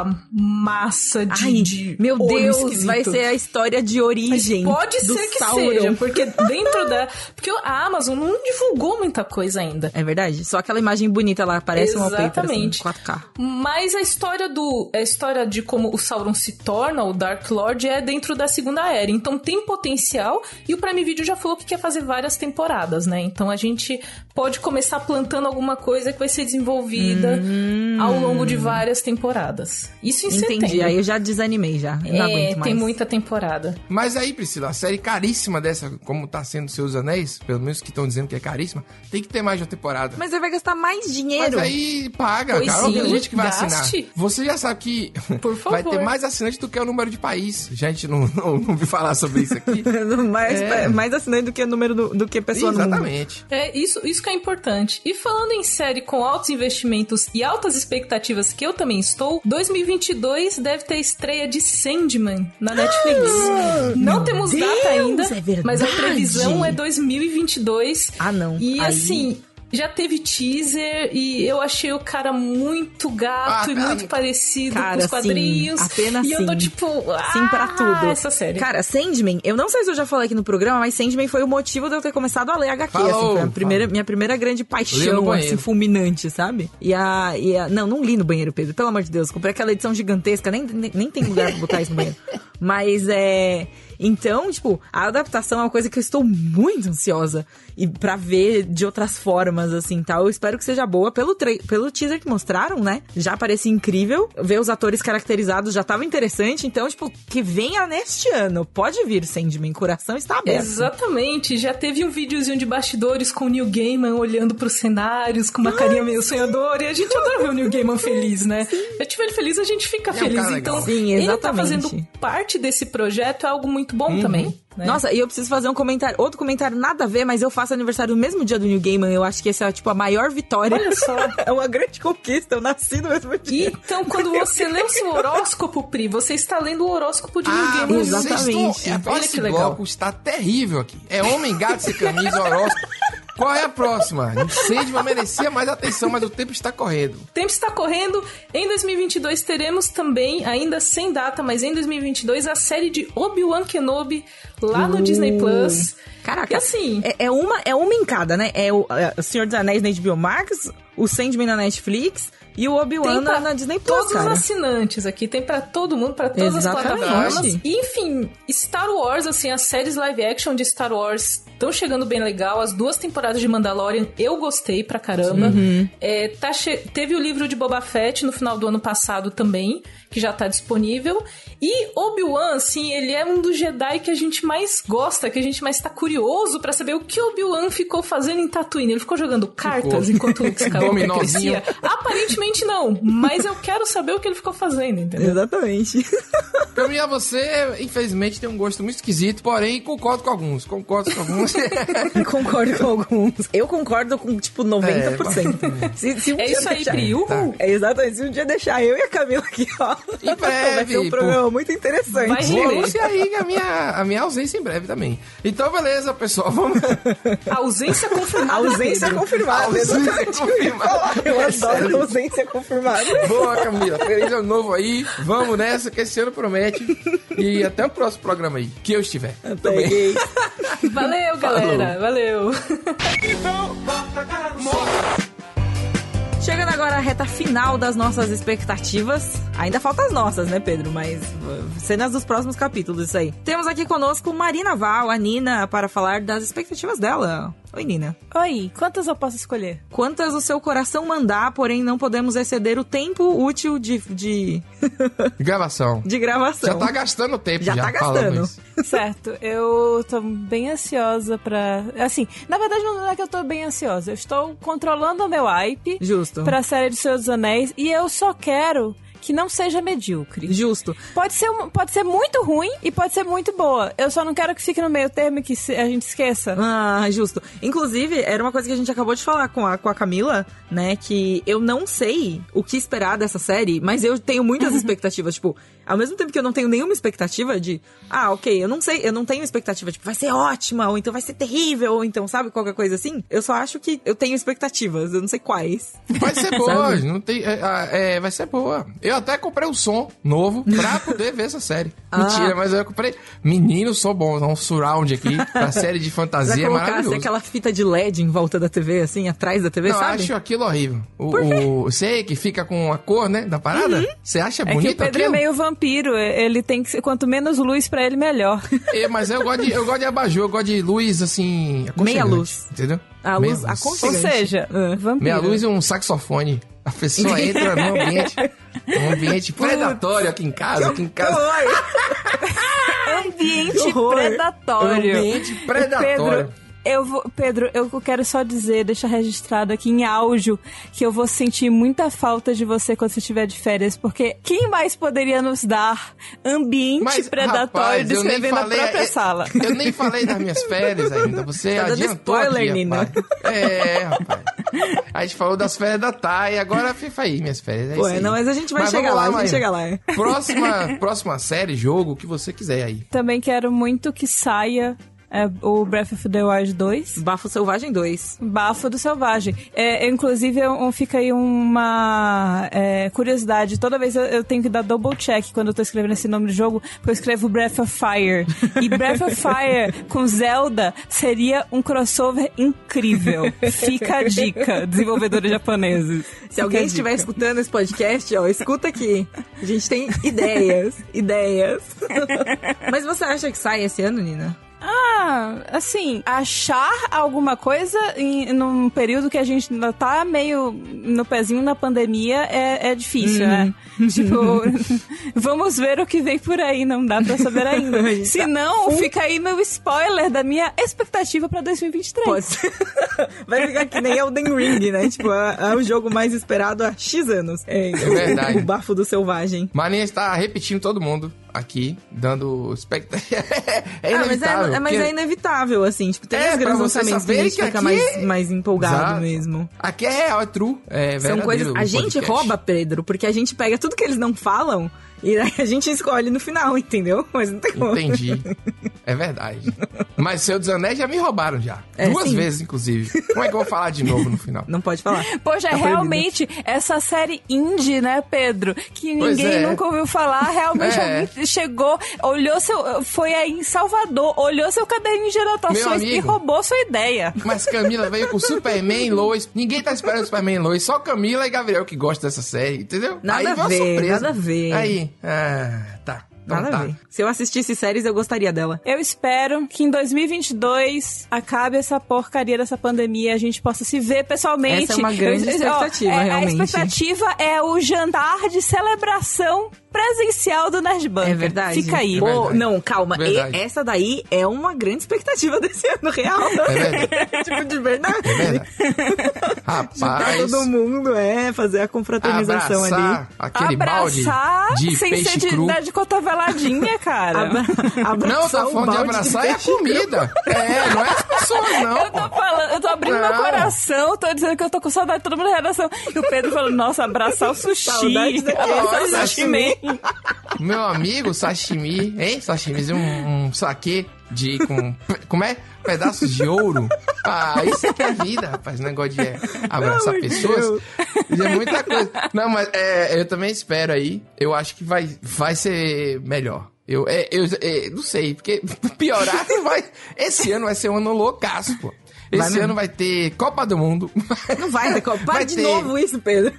massa de, Ai, de meu olho Deus, esquisito. vai ser a história de origem Mas pode do ser que Sauron. seja, porque dentro da... Porque a Amazon não divulgou muita coisa ainda. É verdade? Só aquela imagem bonita lá, parece um wallpaper assim, Exatamente. quatro K. Mas a história do a história de como o Sauron se torna o Dark Lord é dentro da Segunda Era. Então tem potencial e o Prime Video já falou que quer fazer várias temporadas, né? Então a gente pode começar plantando alguma coisa que vai ser desenvolvida Hum. ao longo de várias temporadas. Isso em Entendi, setembro. aí eu já desanimei já. Eu não É, aguento mais. tem muita temporada. Mas aí, Priscila, a série caríssima dessa, como tá sendo Seus Anéis, pelo menos que estão dizendo que é caríssima, tem que ter mais de uma temporada. Mas ele vai gastar mais Mas dinheiro. aí paga, Pois cara. sim, Tem gente que vai gaste. assinar. Você já sabe que Por vai favor. ter mais assinantes do que o número de país. Gente, não, não, não vi falar sobre isso aqui. mais, É. mais assinante do que o número do, do que pessoa no mundo. Exatamente. É, isso, isso que é importante. E falando em série com altos investimentos e altas expectativas que eu também estou, dois mil e vinte e dois deve ter estreia de Sandman na Netflix. Não temos Deus, data ainda, é verdade. mas a previsão é dois mil e vinte e dois. Ah, não. E Aí- assim... Já teve teaser e eu achei o cara muito gato Ah, e tá. muito parecido Cara, com os quadrinhos. sim, apenas e eu tô sim. tipo, ah, Sim pra tudo. essa série. Cara, Sandman, eu não sei se eu já falei aqui no programa, mas Sandman foi o motivo de eu ter começado a ler H Q, Falou, assim, foi a primeira, fala. minha primeira grande Leu no paixão, banheiro. assim, fulminante, sabe? E a, e a... Não, não li no banheiro, Pedro, pelo amor de Deus, comprei aquela edição gigantesca, nem, nem, nem tem lugar pra botar isso no banheiro. Mas, é... Então, tipo, a adaptação é uma coisa que eu estou muito ansiosa e pra ver de outras formas, assim, tal. Eu espero que seja boa. Pelo, tra- pelo teaser que mostraram, né? Já parecia incrível. Ver os atores caracterizados já tava interessante. Então, tipo, que venha neste ano. Pode vir, Sandman. Coração está aberto. Exatamente, já teve um videozinho de bastidores com o Neil Gaiman olhando pros cenários com uma carinha meio sonhadora, e a gente adora ver o Neil Gaiman feliz, né? Eu tiver ele feliz, a gente fica É um feliz. cara legal. Então, Sim, ele tá exatamente. fazendo parte desse projeto, é algo muito muito bom Uhum. também. Né? Nossa, e eu preciso fazer um comentário, outro comentário nada a ver, mas eu faço aniversário no mesmo dia do Neil Gaiman. Eu acho que essa é, tipo, a maior vitória. Olha só. É uma grande conquista, eu nasci no mesmo dia. Então, quando você lê o seu horóscopo, Pri, você está lendo o horóscopo de Neil Ah, Gaiman. vocês Exatamente. estão... Olha Esse que legal. bloco está terrível aqui. É homem, gato, sem camisa, horóscopo. Qual é a próxima? Sandman merecia mais atenção, mas o tempo está correndo. O tempo está correndo. Em dois mil e vinte e dois teremos também, ainda sem data, mas em dois mil e vinte e dois, a série de Obi-Wan Kenobi lá no Uh. Disney Plus. Caraca, E assim... é, é uma, é uma em cada, né? É o, é o Senhor dos Anéis na H B O Max, o Sandman na Netflix e o Obi-Wan Tem na, pra na Disney Plus, todos cara. os assinantes aqui, tem pra todo mundo, pra todas Exatamente. as plataformas. E, enfim, Star Wars, assim, as séries live action de Star Wars estão chegando bem legal. As duas temporadas de Mandalorian eu gostei pra caramba. Uhum. É, tá che... Teve o livro de Boba Fett no final do ano passado também, que já tá disponível. E Obi-Wan, assim, ele é um dos Jedi que a gente mais gosta, que a gente mais tá curioso pra saber o que Obi-Wan ficou fazendo em Tatooine. Ele ficou jogando cartas Ficou. enquanto o Luke Skywalker Dominozinho. crescia? Aparentemente não, mas eu quero saber o que ele ficou fazendo, entendeu? Exatamente. Caminhar você, infelizmente, tem um gosto muito esquisito, porém, concordo com alguns. Concordo com alguns. Concordo com alguns. Eu concordo com, tipo, noventa por cento. É, se, se um É dia isso aí, deixar- Pri. Uhul. É exatamente. Se um dia deixar eu e a Camila aqui, ó. Em breve, Vai ser um programa muito interessante. Vai Vou render. anunciar aí a minha, a minha ausência em breve também. Então, beleza, pessoal. Vamos. A ausência confirmada. Ausência Pedro. confirmada. Ausência exatamente. confirmada. Eu É adoro sério. ausência confirmada. Boa, Camila. Feliz ano novo aí. Vamos nessa, que esse ano promete. E até o próximo programa aí. Que eu estiver. Também. Peguei. Valeu, galera. Valeu. Chegando agora à reta final das nossas expectativas. Ainda faltam as nossas, né, Pedro? Mas uh, cenas dos próximos capítulos, isso aí. Temos aqui conosco Marina Val, a Nina, para falar das expectativas dela. Oi, Nina. Oi, quantas eu posso escolher? Quantas o seu coração mandar, porém não podemos exceder o tempo útil de, de, Gravação. de gravação. Já tá gastando tempo. Já Já, tá falando gastando. isso. Certo, eu tô bem ansiosa pra... Assim, na verdade não é que eu tô bem ansiosa. Eu estou controlando o meu hype Justo. pra série de Senhor dos Anéis e eu só quero que não seja medíocre. Justo. Pode ser, um- pode ser muito ruim e pode ser muito boa. Eu só não quero que fique no meio termo e que se- a gente esqueça. Ah, justo. Inclusive, era uma coisa que a gente acabou de falar com a, com a Camila, né? Que eu não sei o que esperar dessa série, mas eu tenho muitas expectativas. Tipo, ao mesmo tempo que eu não tenho nenhuma expectativa de... Ah, ok, eu não sei, eu não tenho expectativa. Tipo, vai ser ótima, ou então vai ser terrível, ou então, sabe, qualquer coisa assim. Eu só acho que eu tenho expectativas, eu não sei quais. Vai ser boa, Sabe? não tem, é, é, vai ser boa. Eu até comprei um som novo pra poder ver essa série. Ah. Mentira, mas eu comprei. Menino, som bom, um surround aqui pra série de Vai fantasia, é colocar assim, maravilhoso. aquela fita de L E D em volta da T V, assim, atrás da T V, Não, eu sabe? acho aquilo horrível. O, o, sei que fica com a cor, né, da parada. Você acha É que bonito o Pedro aquilo? é meio vampiro, ele tem que ser, quanto menos luz pra ele, melhor. É, mas eu gosto de, eu gosto de abajur, eu gosto de luz, assim, aconchegante, Meia luz. Entendeu? A Meia luz luz. Ou aconchegante. seja, Ah. vampiro. Meia luz e um saxofone. A pessoa entra num ambiente, num ambiente predatório aqui em casa, aqui em casa. Ambiente Que horror. predatório. Ambiente predatório. Pedro, eu vou, Pedro, eu quero só dizer, deixar registrado aqui em áudio, que eu vou sentir muita falta de você quando você estiver de férias, porque quem mais poderia nos dar ambiente Mas, predatório rapaz, eu nem descrevendo a falei- própria eu- sala? Eu nem falei das minhas férias ainda. Você Tá dando adiantou spoiler, aqui, Nina. rapaz. É, rapaz. A gente falou das férias da Thay, agora fica aí, minhas férias. É isso Ué, aí. não, mas a gente vai Mas chegar vamos lá, a gente Marina. chega lá. é. Próxima, próxima série, jogo, o que você quiser aí. Também quero muito que saia é, o Breath of the Wild dois. Bafo Selvagem dois. Bafo do Selvagem. É, eu, inclusive, eu, eu- fica aí uma é, curiosidade. Toda vez eu, eu tenho que dar double check quando eu tô escrevendo esse nome do jogo, porque eu escrevo Breath of Fire. E Breath of Fire com Zelda seria um crossover incrível. Fica a dica, desenvolvedores japoneses. Se Fica alguém a estiver dica. escutando esse podcast, ó, escuta aqui. A gente tem ideias, ideias. Mas você acha que sai esse ano, Nina? Ah, assim, achar alguma coisa em, num período que a gente ainda tá meio no pezinho na pandemia é, é difícil, né? Tipo, vamos ver o que vem por aí, não dá pra saber ainda. Se não, fica aí meu spoiler da minha expectativa pra dois mil e vinte e três. Pode ser. Vai ficar que nem Elden Ring, né? Tipo, é, é o jogo mais esperado há X anos. É, verdade. O, o Bafo do Selvagem. Marinha está repetindo todo mundo. aqui, dando expectativa. É ah, mas, inevitável. é, mas porque... é inevitável, assim. Tipo, tem É, os pra grandes vocês lançamentos que a saberem gente que fica aqui mais, é- mais empolgado Exato. mesmo. Aqui é real, é true, é São coisas... verdadeiro A o gente podcast. rouba, Pedro, porque a gente pega tudo que eles não falam e aí a gente escolhe no final, entendeu? Mas não tem como. Entendi. É verdade. Mas Senhor dos Anéis já me roubaram já. É, Duas sim. vezes, inclusive. Como é que eu vou falar de novo no final? Não pode falar. Poxa, Tá proibido. realmente, essa série indie, né, Pedro? Que Pois ninguém é. nunca ouviu falar, realmente É. alguém chegou, olhou seu... Foi aí em Salvador, olhou seu caderninho de anotações e amigo. roubou sua ideia. Mas Camila veio com Superman e Lois. Ninguém tá esperando Superman e Lois. Só Camila e Gabriel que gostam dessa série, entendeu? Nada Aí a veio uma ver, surpresa. nada a ver. Aí, ah, tá. Então Nada tá. a ver. Se eu assistisse séries, eu gostaria dela. Eu espero que em dois mil e vinte e dois acabe essa porcaria dessa pandemia e a gente possa se ver pessoalmente. Essa é uma grande Eu- eu- expectativa, é, realmente. A expectativa é o jantar de celebração presencial do Nerd Bunker. É verdade. Fica aí. É Pô, verdade. não, calma. E Verdade. essa daí é uma grande expectativa desse ano real. É verdade. tipo, de verdade. É verdade. Juntar Rapaz. todo mundo, é, fazer a confraternização ali. Abraçar aquele balde Abraçar de sem peixe ser de, cru. dar de cotoveladinha, cara. Abra abraçar Não, eu tô o falando de balde abraçar é a peixe comida. É, não é as pessoas, não. Eu tô falando, eu tô abrindo meu Não. coração, tô dizendo que eu tô com saudade de todo mundo da redação. E o Pedro falou, nossa, abraçar o sushi. Saudade daquele Abraçar o sashimi. sashimi. Meu amigo, sashimi, hein? Sashimi, um, um saquê de, com, como é? Pedaços de ouro. Ah, isso é que é vida, rapaz. Negócio de é, abraçar Ai, pessoas. Isso é muita coisa. Não, mas é, eu também espero aí. Eu acho que vai, vai ser melhor. Eu, é, eu é, não sei, porque piorar não vai. Esse ano vai ser um ano loucaço, pô. Esse Vai mesmo. ano vai ter Copa do Mundo. Não vai ter Copa. Para Vai de ter. novo isso, Pedro.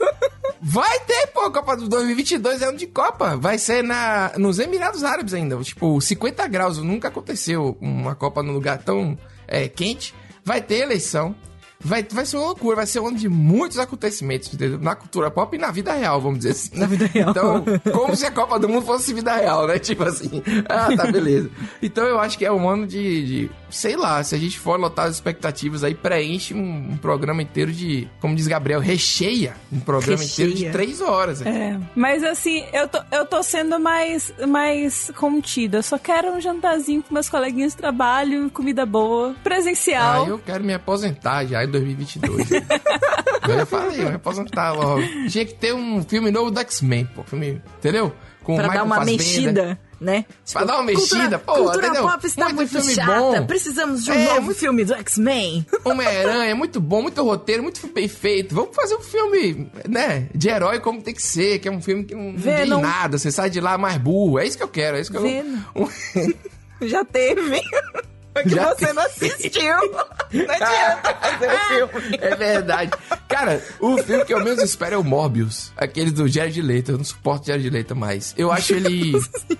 Vai ter, pô, Copa do dois mil e vinte e dois é ano de Copa. Vai ser na, nos Emirados Árabes ainda. Tipo, cinquenta graus. Nunca aconteceu uma Copa num lugar tão é, quente. Vai ter eleição. Vai, vai ser uma loucura. Vai ser um ano de muitos acontecimentos, entendeu? Na cultura pop e na vida real, vamos dizer assim. Na vida real. Então, como se a Copa do Mundo fosse vida real, né? Tipo assim. Ah, tá, beleza. Então eu acho que é um ano de... de sei lá, se a gente for lotar as expectativas aí, preenche um, um programa inteiro de... Como diz Gabriel, recheia um programa Recheia. inteiro de três horas. Né? É, mas assim, eu tô, eu tô sendo mais, mais contida. Eu só quero um jantarzinho com meus coleguinhas de trabalho, comida boa, presencial. Ah, eu quero me aposentar já em dois mil e vinte e dois. Né? Eu já falei, eu me aposentar logo. Tinha que ter um filme novo do X-Men, pô. Filme, entendeu? Com Pra o dar Michael uma Fassbender. mexida, né? Pra dar uma mexida, cultura, pô, cultura entendeu? pop está Muito muito, filme chata. bom. Precisamos de um É, novo muito- filme do X-Men. Homem-Aranha é muito bom, muito roteiro, muito bem feito. Vamos fazer um filme, né, de herói como tem que ser, que é um filme que não, não tem Venom. nada. Você sai de lá mais burro. É isso que eu quero, é isso que Venom. eu... Já teve. É que Já você não assistiu. Não adianta fazer o filme. É verdade. Cara, o filme que eu menos espero é o Morbius. Aquele do Jared Leto. Eu não suporto Jared Leto mais. Eu acho ele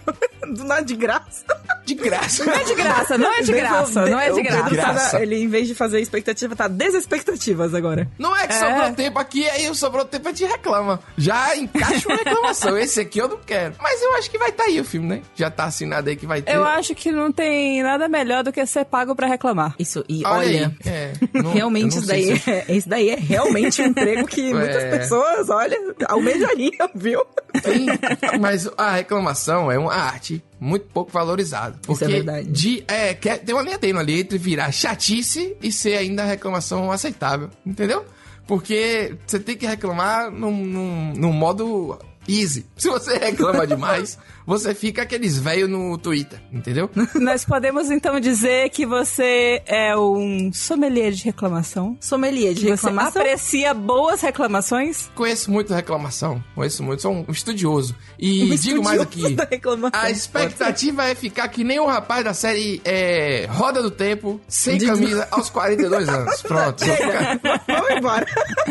Do nada de graça. de graça. Não é de graça, não é de graça, não é de O Pedro graça. tá na- graça. ele, em vez de fazer expectativa, tá desexpectativas agora. Não é que É. sobrou tempo aqui, aí sobrou tempo a gente reclama. Já encaixa uma reclamação. Esse aqui eu não quero. Mas eu acho que vai estar aí o filme, né? Já tá assinado aí que vai ter. Eu acho que não tem nada melhor do que ser pago pra reclamar. Isso, e Olha, olha... aí. É, não- Realmente eu não isso sei daí, se- é, isso daí é realmente um emprego que muitas É. pessoas, olha, almejariam, viu? Sim, mas a reclamação é uma arte muito pouco valorizada. Porque Isso é verdade. De, é, quer, tem uma linha tênue ali entre virar chatice e ser ainda reclamação aceitável, entendeu? Porque você tem que reclamar num, num, num modo easy. Se você reclama demais, você fica aqueles velhos no Twitter, entendeu? Nós podemos então dizer que você é um sommelier de reclamação. Sommelier de Que você reclamação. aprecia boas reclamações. Conheço muito reclamação, conheço muito, sou um estudioso. E Um digo mais estudioso aqui, da reclamação. a expectativa é ficar que nem o rapaz da série é, Roda do Tempo, sem De- camisa, aos quarenta e dois anos. Pronto. Vamos embora.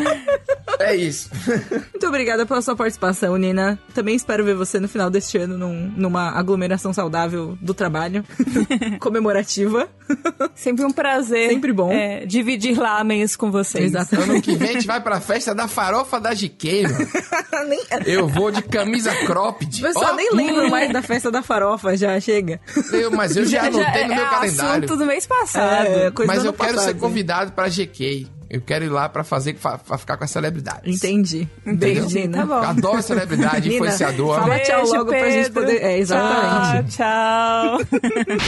É isso. Muito obrigada pela sua participação, Nina. Também espero ver você no final deste ano num- numa aglomeração saudável do trabalho. Comemorativa. Sempre um prazer. Sempre bom. é, dividir lamens com vocês. Exatamente. Ano que vem a gente vai pra festa da farofa da G K, mano. nem, Eu vou de camisa cropped. o pessoal Ó, nem lembra mais da festa da farofa, já chega. eu- mas eu já, anotei no é meu assunto calendário. do mês passado. É, coisa Mas do eu ano quero passado, ser convidado pra G K. Eu quero ir lá pra fazer, pra, pra ficar com as celebridades. Entendi. Entendeu? Beijo, Nina. Tá bom. Adoro celebridade, Nina, influenciador. fala tchau Beijo, logo pra gente Pedro. poder... É, exatamente. Tchau, tchau.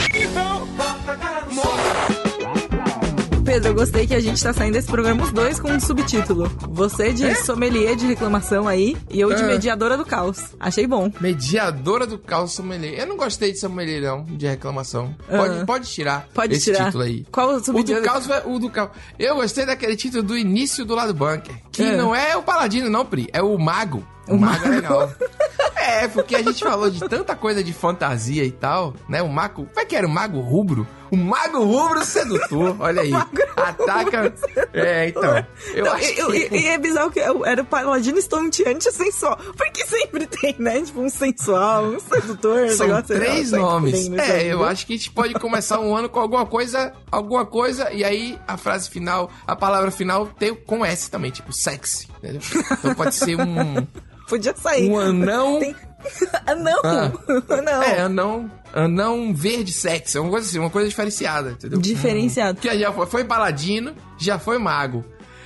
Pedro, eu gostei que a gente tá saindo desse programa os dois com um subtítulo. Você de É? sommelier de reclamação aí e eu de Ah. mediadora do caos. Achei bom. Mediadora do caos sommelier. Eu não gostei de sommelier, não, de reclamação. Pode, Ah. pode tirar Pode esse tirar. título aí. Qual o O do subtítulo? caos vai- o do caos. Eu gostei daquele título do início do lado bunker. Que É. não é o paladino, não, Pri. É o mago. O, O mago, é mago. legal. É, porque a gente falou de tanta coisa de fantasia e tal, né? O mago... Como é que era? O mago rubro? O mago rubro sedutor. Olha aí. Ataca... É, então. Eu Não, acho e, e- que... e é bizarro que era o paladino estonteante sensual. Porque sempre tem, né? Tipo, um sensual, um sedutor. um São negócio três assim, ó, nomes. tem, né, É, sabe? eu acho que a gente pode começar um ano com alguma coisa, alguma coisa, e aí a frase final, a palavra final tem com S também, tipo sexy, entendeu? Então pode ser um, Podia sair. um anão... Tem- Ah, não! Ah. Não. É, anão, anão verde sexy, uma coisa assim, uma coisa diferenciada, entendeu? Diferenciado. Que já foi, foi paladino, já foi mago.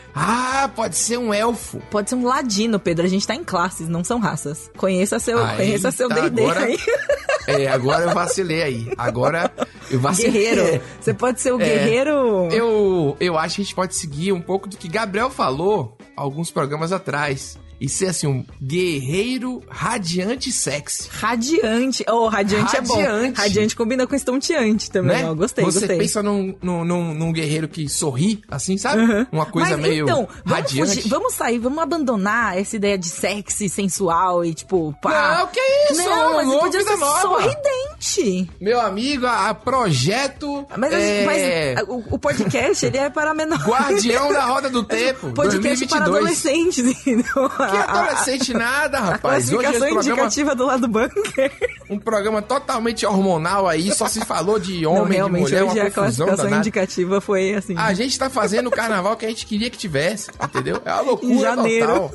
Ah, pode ser um elfo. Pode ser um ladino, Pedro. A gente tá em classes, não são raças. Conheça seu, Aí, conheça seu tá, D e D agora- aí. É, agora eu vacilei aí. Agora eu vacilei. Guerreiro. Você pode ser o guerreiro... Eu, eu acho que a gente pode seguir um pouco do que Gabriel falou alguns programas atrás. E ser assim, um guerreiro radiante sexy. Radiante. Oh, radiante, é bom. Radiante. Radiante combina com estonteante também. Né? Ó, gostei, Você gostei. pensa num, num, num, num guerreiro que sorri, assim, sabe? Uma coisa Mas, meio então, vamos radiante. fugir- vamos sair, vamos abandonar essa ideia de sexy, sensual e tipo, pá. Não, que isso? Não, mas Louco, podia vida ser nova. sorridente. Meu amigo, a, a Projeto Mas, é, mas o, o podcast, ele é para menor. Guardião da Roda do Tempo, Podcast para dois mil e vinte e dois. adolescentes, entendeu? Que adolescente nada, A rapaz. Hoje classificação esse programa, indicativa do lado bunker. um programa totalmente hormonal aí, só se falou de Não, homem, de realmente, mulher, hoje uma a confusão classificação danada. indicativa foi assim. A gente tá fazendo o carnaval que a gente queria que tivesse, entendeu? É uma loucura Em janeiro. total.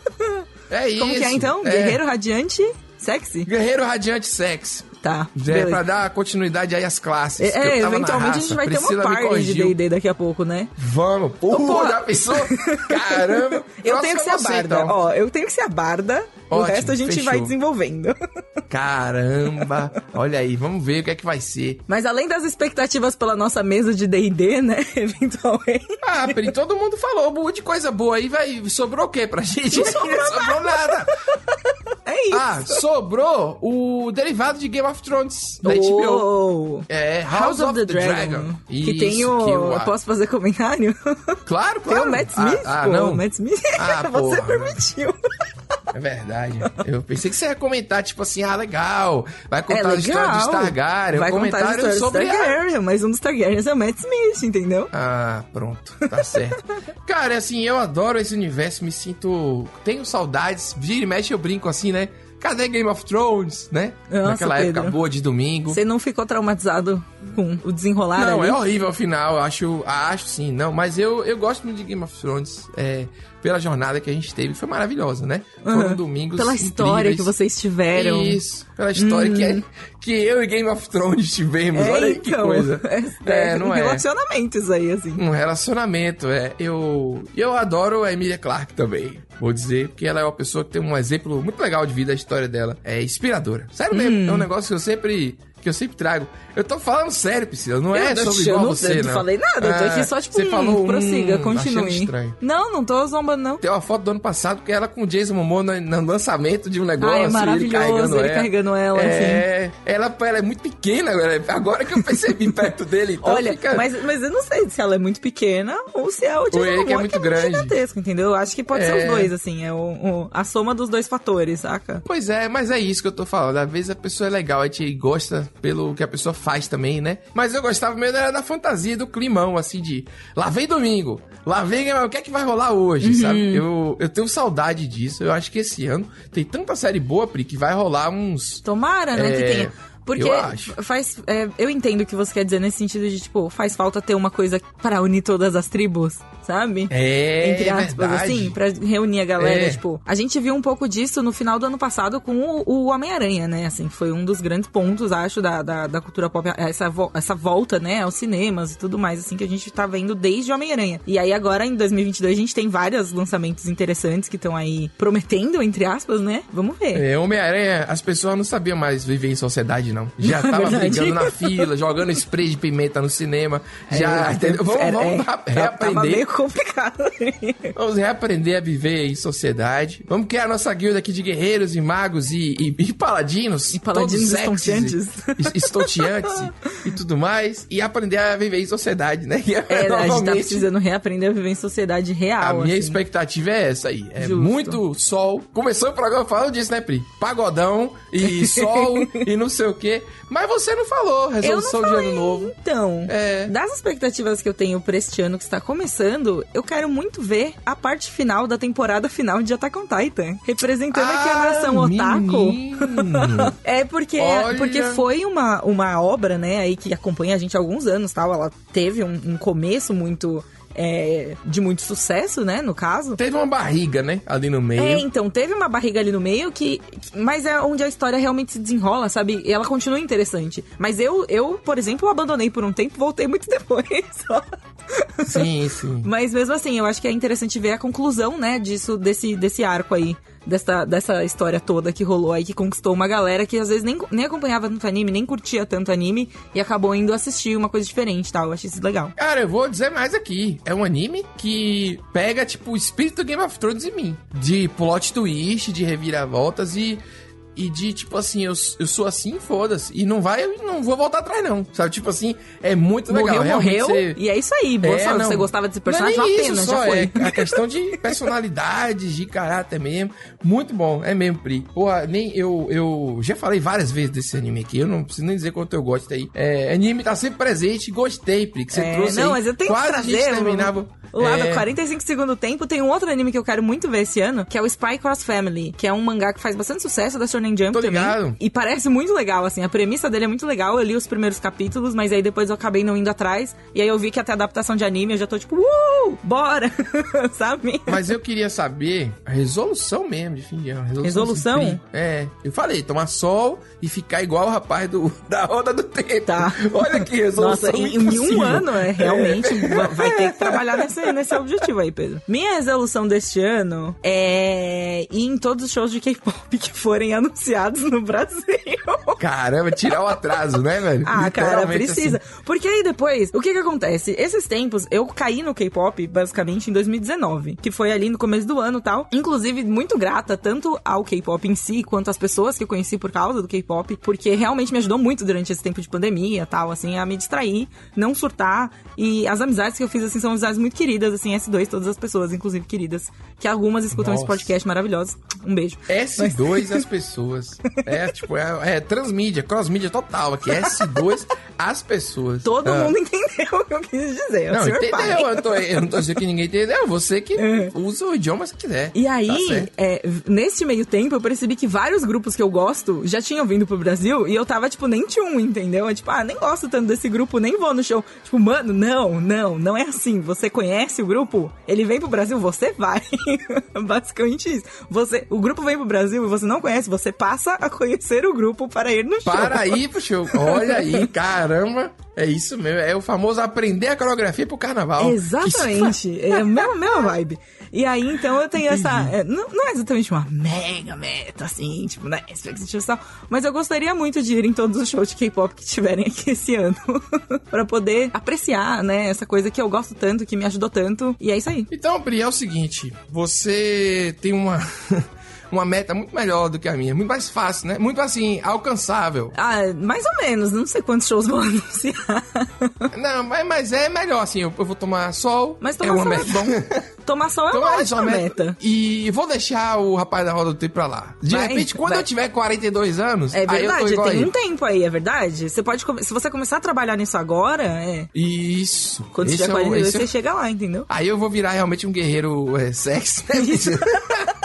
É isso. Como que é então? É. Guerreiro radiante, sexy? Guerreiro Radiante Sex. Tá. É, beleza. pra dar continuidade aí às classes. É, que eu tava na eventualmente a raça. gente vai ter Priscila uma me party de corrigiu. D e D daqui a pouco, né? Vamos. Porra, porra. já pensou? Caramba. Eu Próximo tenho que ser é a você, barda. então. Ó, eu tenho que ser a barda. o Ótimo, resto a gente fechou. vai desenvolvendo. Caramba. Olha aí, vamos ver o que é que vai ser. Mas além das expectativas pela nossa mesa de D e D, né? Eventualmente. Ah, Pri, todo mundo falou um monte de coisa boa aí, vai. Sobrou o quê pra gente? Não sobrou sobrou nada. É isso. Ah, sobrou o derivado de Game of Thrones da H B O. Oh. É, House, of, the, Dragon. Que Isso, tem o... que eu- eu Posso fazer comentário? Claro, claro. Tem o Matt Smith, Ah, ah, pô. não. O Matt Smith. Ah, Você porra. permitiu. É verdade. Eu pensei que você ia comentar, tipo assim, ah, legal. Vai É contar a legal. história dos Targaryen. Vai um contar a comentário história sobre dos a... Targaryen, mas um dos Targaryens é o Matt Smith, entendeu? Ah, pronto. Tá certo. Cara, assim, eu adoro esse universo, me sinto... Tenho saudades. Vira e mexe, eu brinco assim, né? Cadê Game of Thrones, né? Nossa, Naquela Pedro. época boa de domingo. Você não ficou traumatizado com o desenrolar Não, ali? é horrível o final, eu acho, acho sim, não, mas eu, eu gosto muito de Game of Thrones, é, pela jornada que a gente teve, foi maravilhosa, né? Foram Uhum. domingos Pela história incríveis. que vocês tiveram. Isso, pela história que, é, que eu e Game of Thrones tivemos, É, olha aí que então, coisa. É, É, não é. relacionamentos aí, assim. Um relacionamento, é. Eu, eu adoro a Emilia Clarke também, vou dizer, porque ela é uma pessoa que tem um exemplo muito legal de vida, a história dela é inspiradora. Sério mesmo, Hum. é um negócio que eu sempre... que eu sempre trago. Eu tô falando sério, Priscila, não é eu, sobre eu igual não, você, eu não não. falei nada, eu tô aqui Ah, só tipo, você hum, falou, prossiga, hum, continue. achando estranho. Não, não tô zombando, não. Tem uma foto do ano passado que ela com o Jason Momoa no, no lançamento de um negócio. Ah, é ele maravilhoso, carregando ele ela. carregando ela, É, ela, ela é muito pequena, agora, agora que eu percebi perto dele. Então Olha, fica... mas, mas eu não sei se ela é muito pequena ou se é o Jason Ou ele que é Momoa, muito grande. gigantesco, entendeu? Eu acho que pode É. ser os dois, assim, é o, o- a soma dos dois fatores, saca? Pois é, mas é isso que eu tô falando. Às vezes a pessoa é legal, a gente gosta pelo que a pessoa faz também, né? Mas eu gostava mesmo era da fantasia, do climão, assim, de lá vem domingo, lá vem o que é que vai rolar hoje, Uhum. sabe? Eu, eu tenho saudade disso. Eu acho que esse ano tem tanta série boa, Pri, que vai rolar uns... Tomara, né, É. que tenha. Porque Eu acho. faz. É, eu entendo o que você quer dizer nesse sentido de, tipo, faz falta ter uma coisa pra unir todas as tribos, sabe? É, Entre aspas, verdade. assim, pra reunir a galera, É. tipo... A gente viu um pouco disso no final do ano passado com o, o Homem-Aranha, né? Assim, foi um dos grandes pontos, acho, da, da, da cultura pop, essa, vo- essa volta, né, aos cinemas e tudo mais, assim, que a gente tá vendo desde o Homem-Aranha. E aí agora, em dois mil e vinte e dois, a gente tem vários lançamentos interessantes que estão aí prometendo, entre aspas, né? Vamos ver. É, Homem-Aranha, as pessoas não sabiam mais viver em sociedade, não. Já tava Verdade. brigando na fila, jogando spray de pimenta no cinema. Já, É, entendeu? Vamos, é, vamos é, ra- Tava reaprender. meio complicado. Vamos reaprender a viver em sociedade. Vamos criar a nossa guilda aqui de guerreiros e magos e, e, e paladinos. E paladinos todos sexys estonteantes. E, estonteantes e, e tudo mais. E aprender a viver em sociedade, né? E, É, a gente tá novamente, precisando reaprender a viver em sociedade real, a minha assim. expectativa é essa aí. É Justo. muito sol. Começou o programa falando disso, né, Pri? Pagodão e sol e não sei o quê. Mas você não falou resolução Eu não de falei. ano novo. Então, É. das expectativas que eu tenho pra este ano que está começando, eu quero muito ver a parte final da temporada final de Attack on Titan. Representando aqui a nação otaku. menino. É porque, Olha. porque foi uma, uma obra, né, aí que acompanha a gente há alguns anos, tal. Ela teve um, um começo muito... é, de muito sucesso, né, no caso. Teve uma barriga, né, ali no meio. É, então, teve uma barriga ali no meio que... Mas é onde a história realmente se desenrola, sabe? E ela continua interessante. Mas eu, eu, por exemplo, abandonei por um tempo e voltei muito depois. Só. Sim, sim. Mas mesmo assim, eu acho que é interessante ver a conclusão, né, disso, desse, desse arco aí. Dessa, dessa história toda que rolou aí, que conquistou uma galera que às vezes nem, nem acompanhava tanto anime, nem curtia tanto anime, e acabou indo assistir uma coisa diferente, tá? Eu achei isso legal. Cara, eu vou dizer mais aqui. É um anime que pega, tipo, o espírito do Game of Thrones em mim. De plot twist, de reviravoltas e... E de, tipo assim, eu, eu sou assim, foda-se. E não vai, eu não vou voltar atrás, não. Sabe, tipo assim, é muito legal. Morreu, realmente morreu, você- e é isso aí. Boa É, sorte. não. Você gostava desse Não é personagem, nem uma isso pena, só, já foi. é a questão de personalidade, de caráter mesmo. Muito bom, é mesmo, Pri. Porra, nem eu, eu já falei várias vezes desse anime aqui, eu não preciso nem dizer quanto eu gosto aí. É, anime tá sempre presente, gostei, Pri, que você É, trouxe não, aí. mas eu tenho que Quase a trazer, gente eu- terminava... O lado é, quarenta e cinco segundo tempo tem um outro anime que eu quero muito ver esse ano, que é o Spy Cross Family, que é um mangá que faz bastante sucesso da Shonen Jump Tô também. ligado. E parece muito legal, assim, a premissa dele é muito legal. Eu li os primeiros capítulos, mas aí depois eu acabei não indo atrás. E aí eu vi que até a adaptação de anime eu já tô tipo, uh, bora! Sabe? Mas eu queria saber a resolução mesmo de fim de ano. Resolução? Resolução? assim, Pri. É, eu falei, tomar sol e ficar igual o rapaz do, da roda do tempo. Tá. Olha que resolução Nossa, em, em um impossível. ano, é, realmente, va- vai ter que trabalhar nesse, nesse objetivo aí, Pedro. Minha resolução deste ano é ir em todos os shows de K-pop que forem anunciados no Brasil. Caramba, tirar o atraso, né, velho? Ah, cara, Literalmente precisa. assim. Porque aí depois, o que que acontece? Esses tempos, eu caí no K-pop, basicamente, em dois mil e dezenove. Que foi ali no começo do ano e tal. Inclusive, muito grata, tanto ao K-pop em si, quanto às pessoas que eu conheci por causa do K-pop. Porque realmente me ajudou muito durante esse tempo de pandemia e tal, assim, a me distrair, não surtar. E as amizades que eu fiz, assim, são amizades muito queridas, assim, S dois, todas as pessoas, inclusive queridas. Que algumas escutam Nossa. esse podcast maravilhoso. Um beijo. S dois as pessoas. É, tipo, é, é transmídia, crossmídia total aqui. S dois as pessoas. Todo Ah. mundo entendeu o que eu quis dizer. o Não, senhor entendeu? pai. Eu, tô, eu não tô dizendo que ninguém entendeu. Você que usa o idioma se quiser. E Tá aí, certo. é, nesse meio tempo, eu percebi que vários grupos que eu gosto já tinham vindo pro Brasil e eu tava, tipo, nem tinha um, entendeu? É tipo, ah, nem gosto tanto desse grupo, nem vou no show. Tipo, mano, não, não, não é assim. Você conhece o grupo, ele vem pro Brasil, você vai. Basicamente isso. Você, o grupo vem pro Brasil e você não conhece, você passa a conhecer o grupo para ir no show. Para aí pro show. Olha aí, caramba. É isso mesmo. É o famoso aprender a coreografia pro carnaval. Exatamente. É a mesma, mesma vibe. E aí, então, eu tenho essa... é, não, não é exatamente uma mega meta, assim, tipo, né? Expectativa e tal. Mas eu gostaria muito de ir em todos os shows de K-pop que tiverem aqui esse ano. Pra poder apreciar, né? Essa coisa que eu gosto tanto, que me ajudou tanto. E é isso aí. Então, Pri, é o seguinte. Você tem uma... uma meta muito melhor do que a minha. Muito mais fácil, né? Muito, assim, alcançável. Ah, mais ou menos. Não sei quantos shows vão anunciar. Não, mas, mas é melhor, assim. Eu, eu vou tomar sol. Mas é tomar uma sol é meta. bom. Tomar sol é Então uma é só ótima meta. meta. E vou deixar o rapaz da roda do tempo pra lá. De Vai, repente, quando vai. eu tiver quarenta e dois anos, É aí eu tô verdade, igual tem aí. um tempo aí, é verdade. Você pode, come- se você começar a trabalhar nisso agora, é... Isso. Quando você Esse tiver é o- quarenta e dois, esse é você o- chega lá, entendeu? Aí eu vou virar realmente um guerreiro é, sexy, né?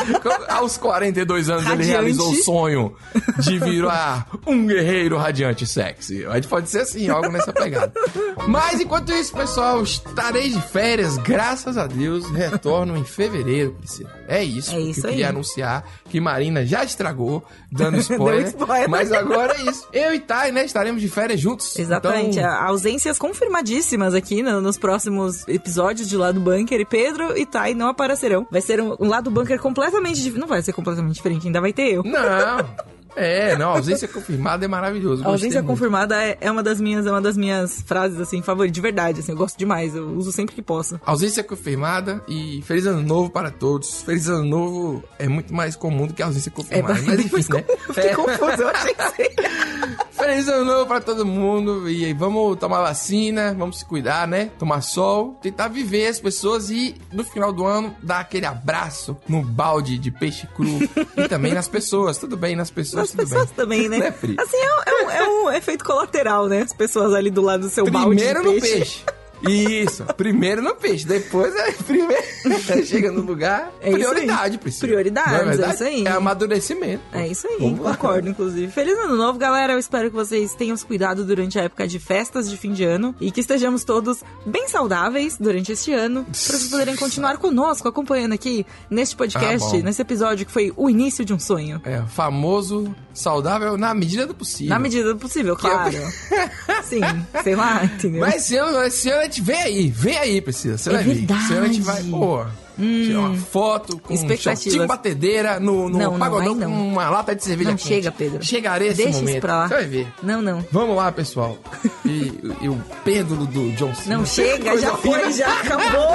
Aos quarenta e dois anos Radiante. ele realizou o sonho de virar um guerreiro radiante sexy. A gente pode ser assim, algo nessa pegada. Mas enquanto isso, pessoal, estarei de férias, graças a Deus, retorno em fevereiro, Priscila. É isso, É isso que eu queria aí. anunciar que Marina já estragou, dando spoiler. Deu spoiler. Mas agora é isso. Eu e Thay, né, estaremos de férias juntos. Exatamente, Então, a- ausências confirmadíssimas aqui no- nos próximos episódios de Lado Bunker. E Pedro e Thay não aparecerão. Vai ser um, um Lado Bunker completamente diferente. Não vai ser completamente diferente, ainda vai ter eu. não... É, não, a ausência confirmada é maravilhoso. A ausência gostei muito. confirmada é, é uma das minhas, é uma das minhas frases, assim, favoritas, de verdade, assim, eu gosto demais, eu uso sempre que posso. Ausência confirmada e feliz ano novo para todos. Feliz ano novo é muito mais comum do que a ausência confirmada. mas enfim, né? Fiquei É. confuso, eu achei que você... Feliz ano novo para todo mundo. E aí, vamos tomar vacina, vamos se cuidar, né? Tomar sol, tentar viver as pessoas e no final do ano dar aquele abraço no balde de peixe cru e também nas pessoas. Tudo bem, nas pessoas, As tudo pessoas bem. também, né? Né, Pri? Assim, é, um- é um, é um efeito colateral, né? As pessoas ali do lado do seu balde Primeiro de no peixe. peixe. Isso, primeiro no peixe, depois é primeiro chega no lugar, É isso aí. prioridade, Priscila. Prioridades, Não é é verdade? isso aí. É amadurecimento. É isso aí, Vamos lá. concordo, inclusive. Feliz ano novo, galera. Eu espero que vocês tenham se cuidado durante a época de festas de fim de ano e que estejamos todos bem saudáveis durante este ano, para vocês poderem continuar conosco, acompanhando aqui neste podcast, Ah, bom. nesse episódio que foi o início de um sonho. É, famoso, saudável na medida do possível. Na medida do possível, claro. Sim, sei lá, entendeu? Mas esse ano, esse ano a gente vem aí, vem aí, Priscila. Você É vai ver. verdade. Esse ano a gente vai, pô, tirar uma foto com um Expectativas. shortinho batedeira no, no Não, não, pagodão aí não. com uma lata de cerveja Não quente. chega, Pedro. Chegarei esse Deixa isso momento. pra lá. Você vai ver. Não, não. Vamos lá, pessoal. E, e o pêndulo do John Cena. Não chega, Coisa já horrível. foi, já acabou.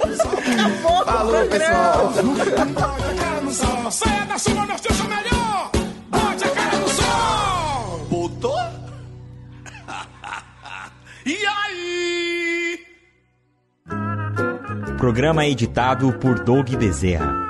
Acabou com o Falou, programa. pessoal. Bote a cara no sol, saia da chuva, nós temos o melhor. Bote a cara no sol. Botou? E aí? Programa editado por Doug Bezerra.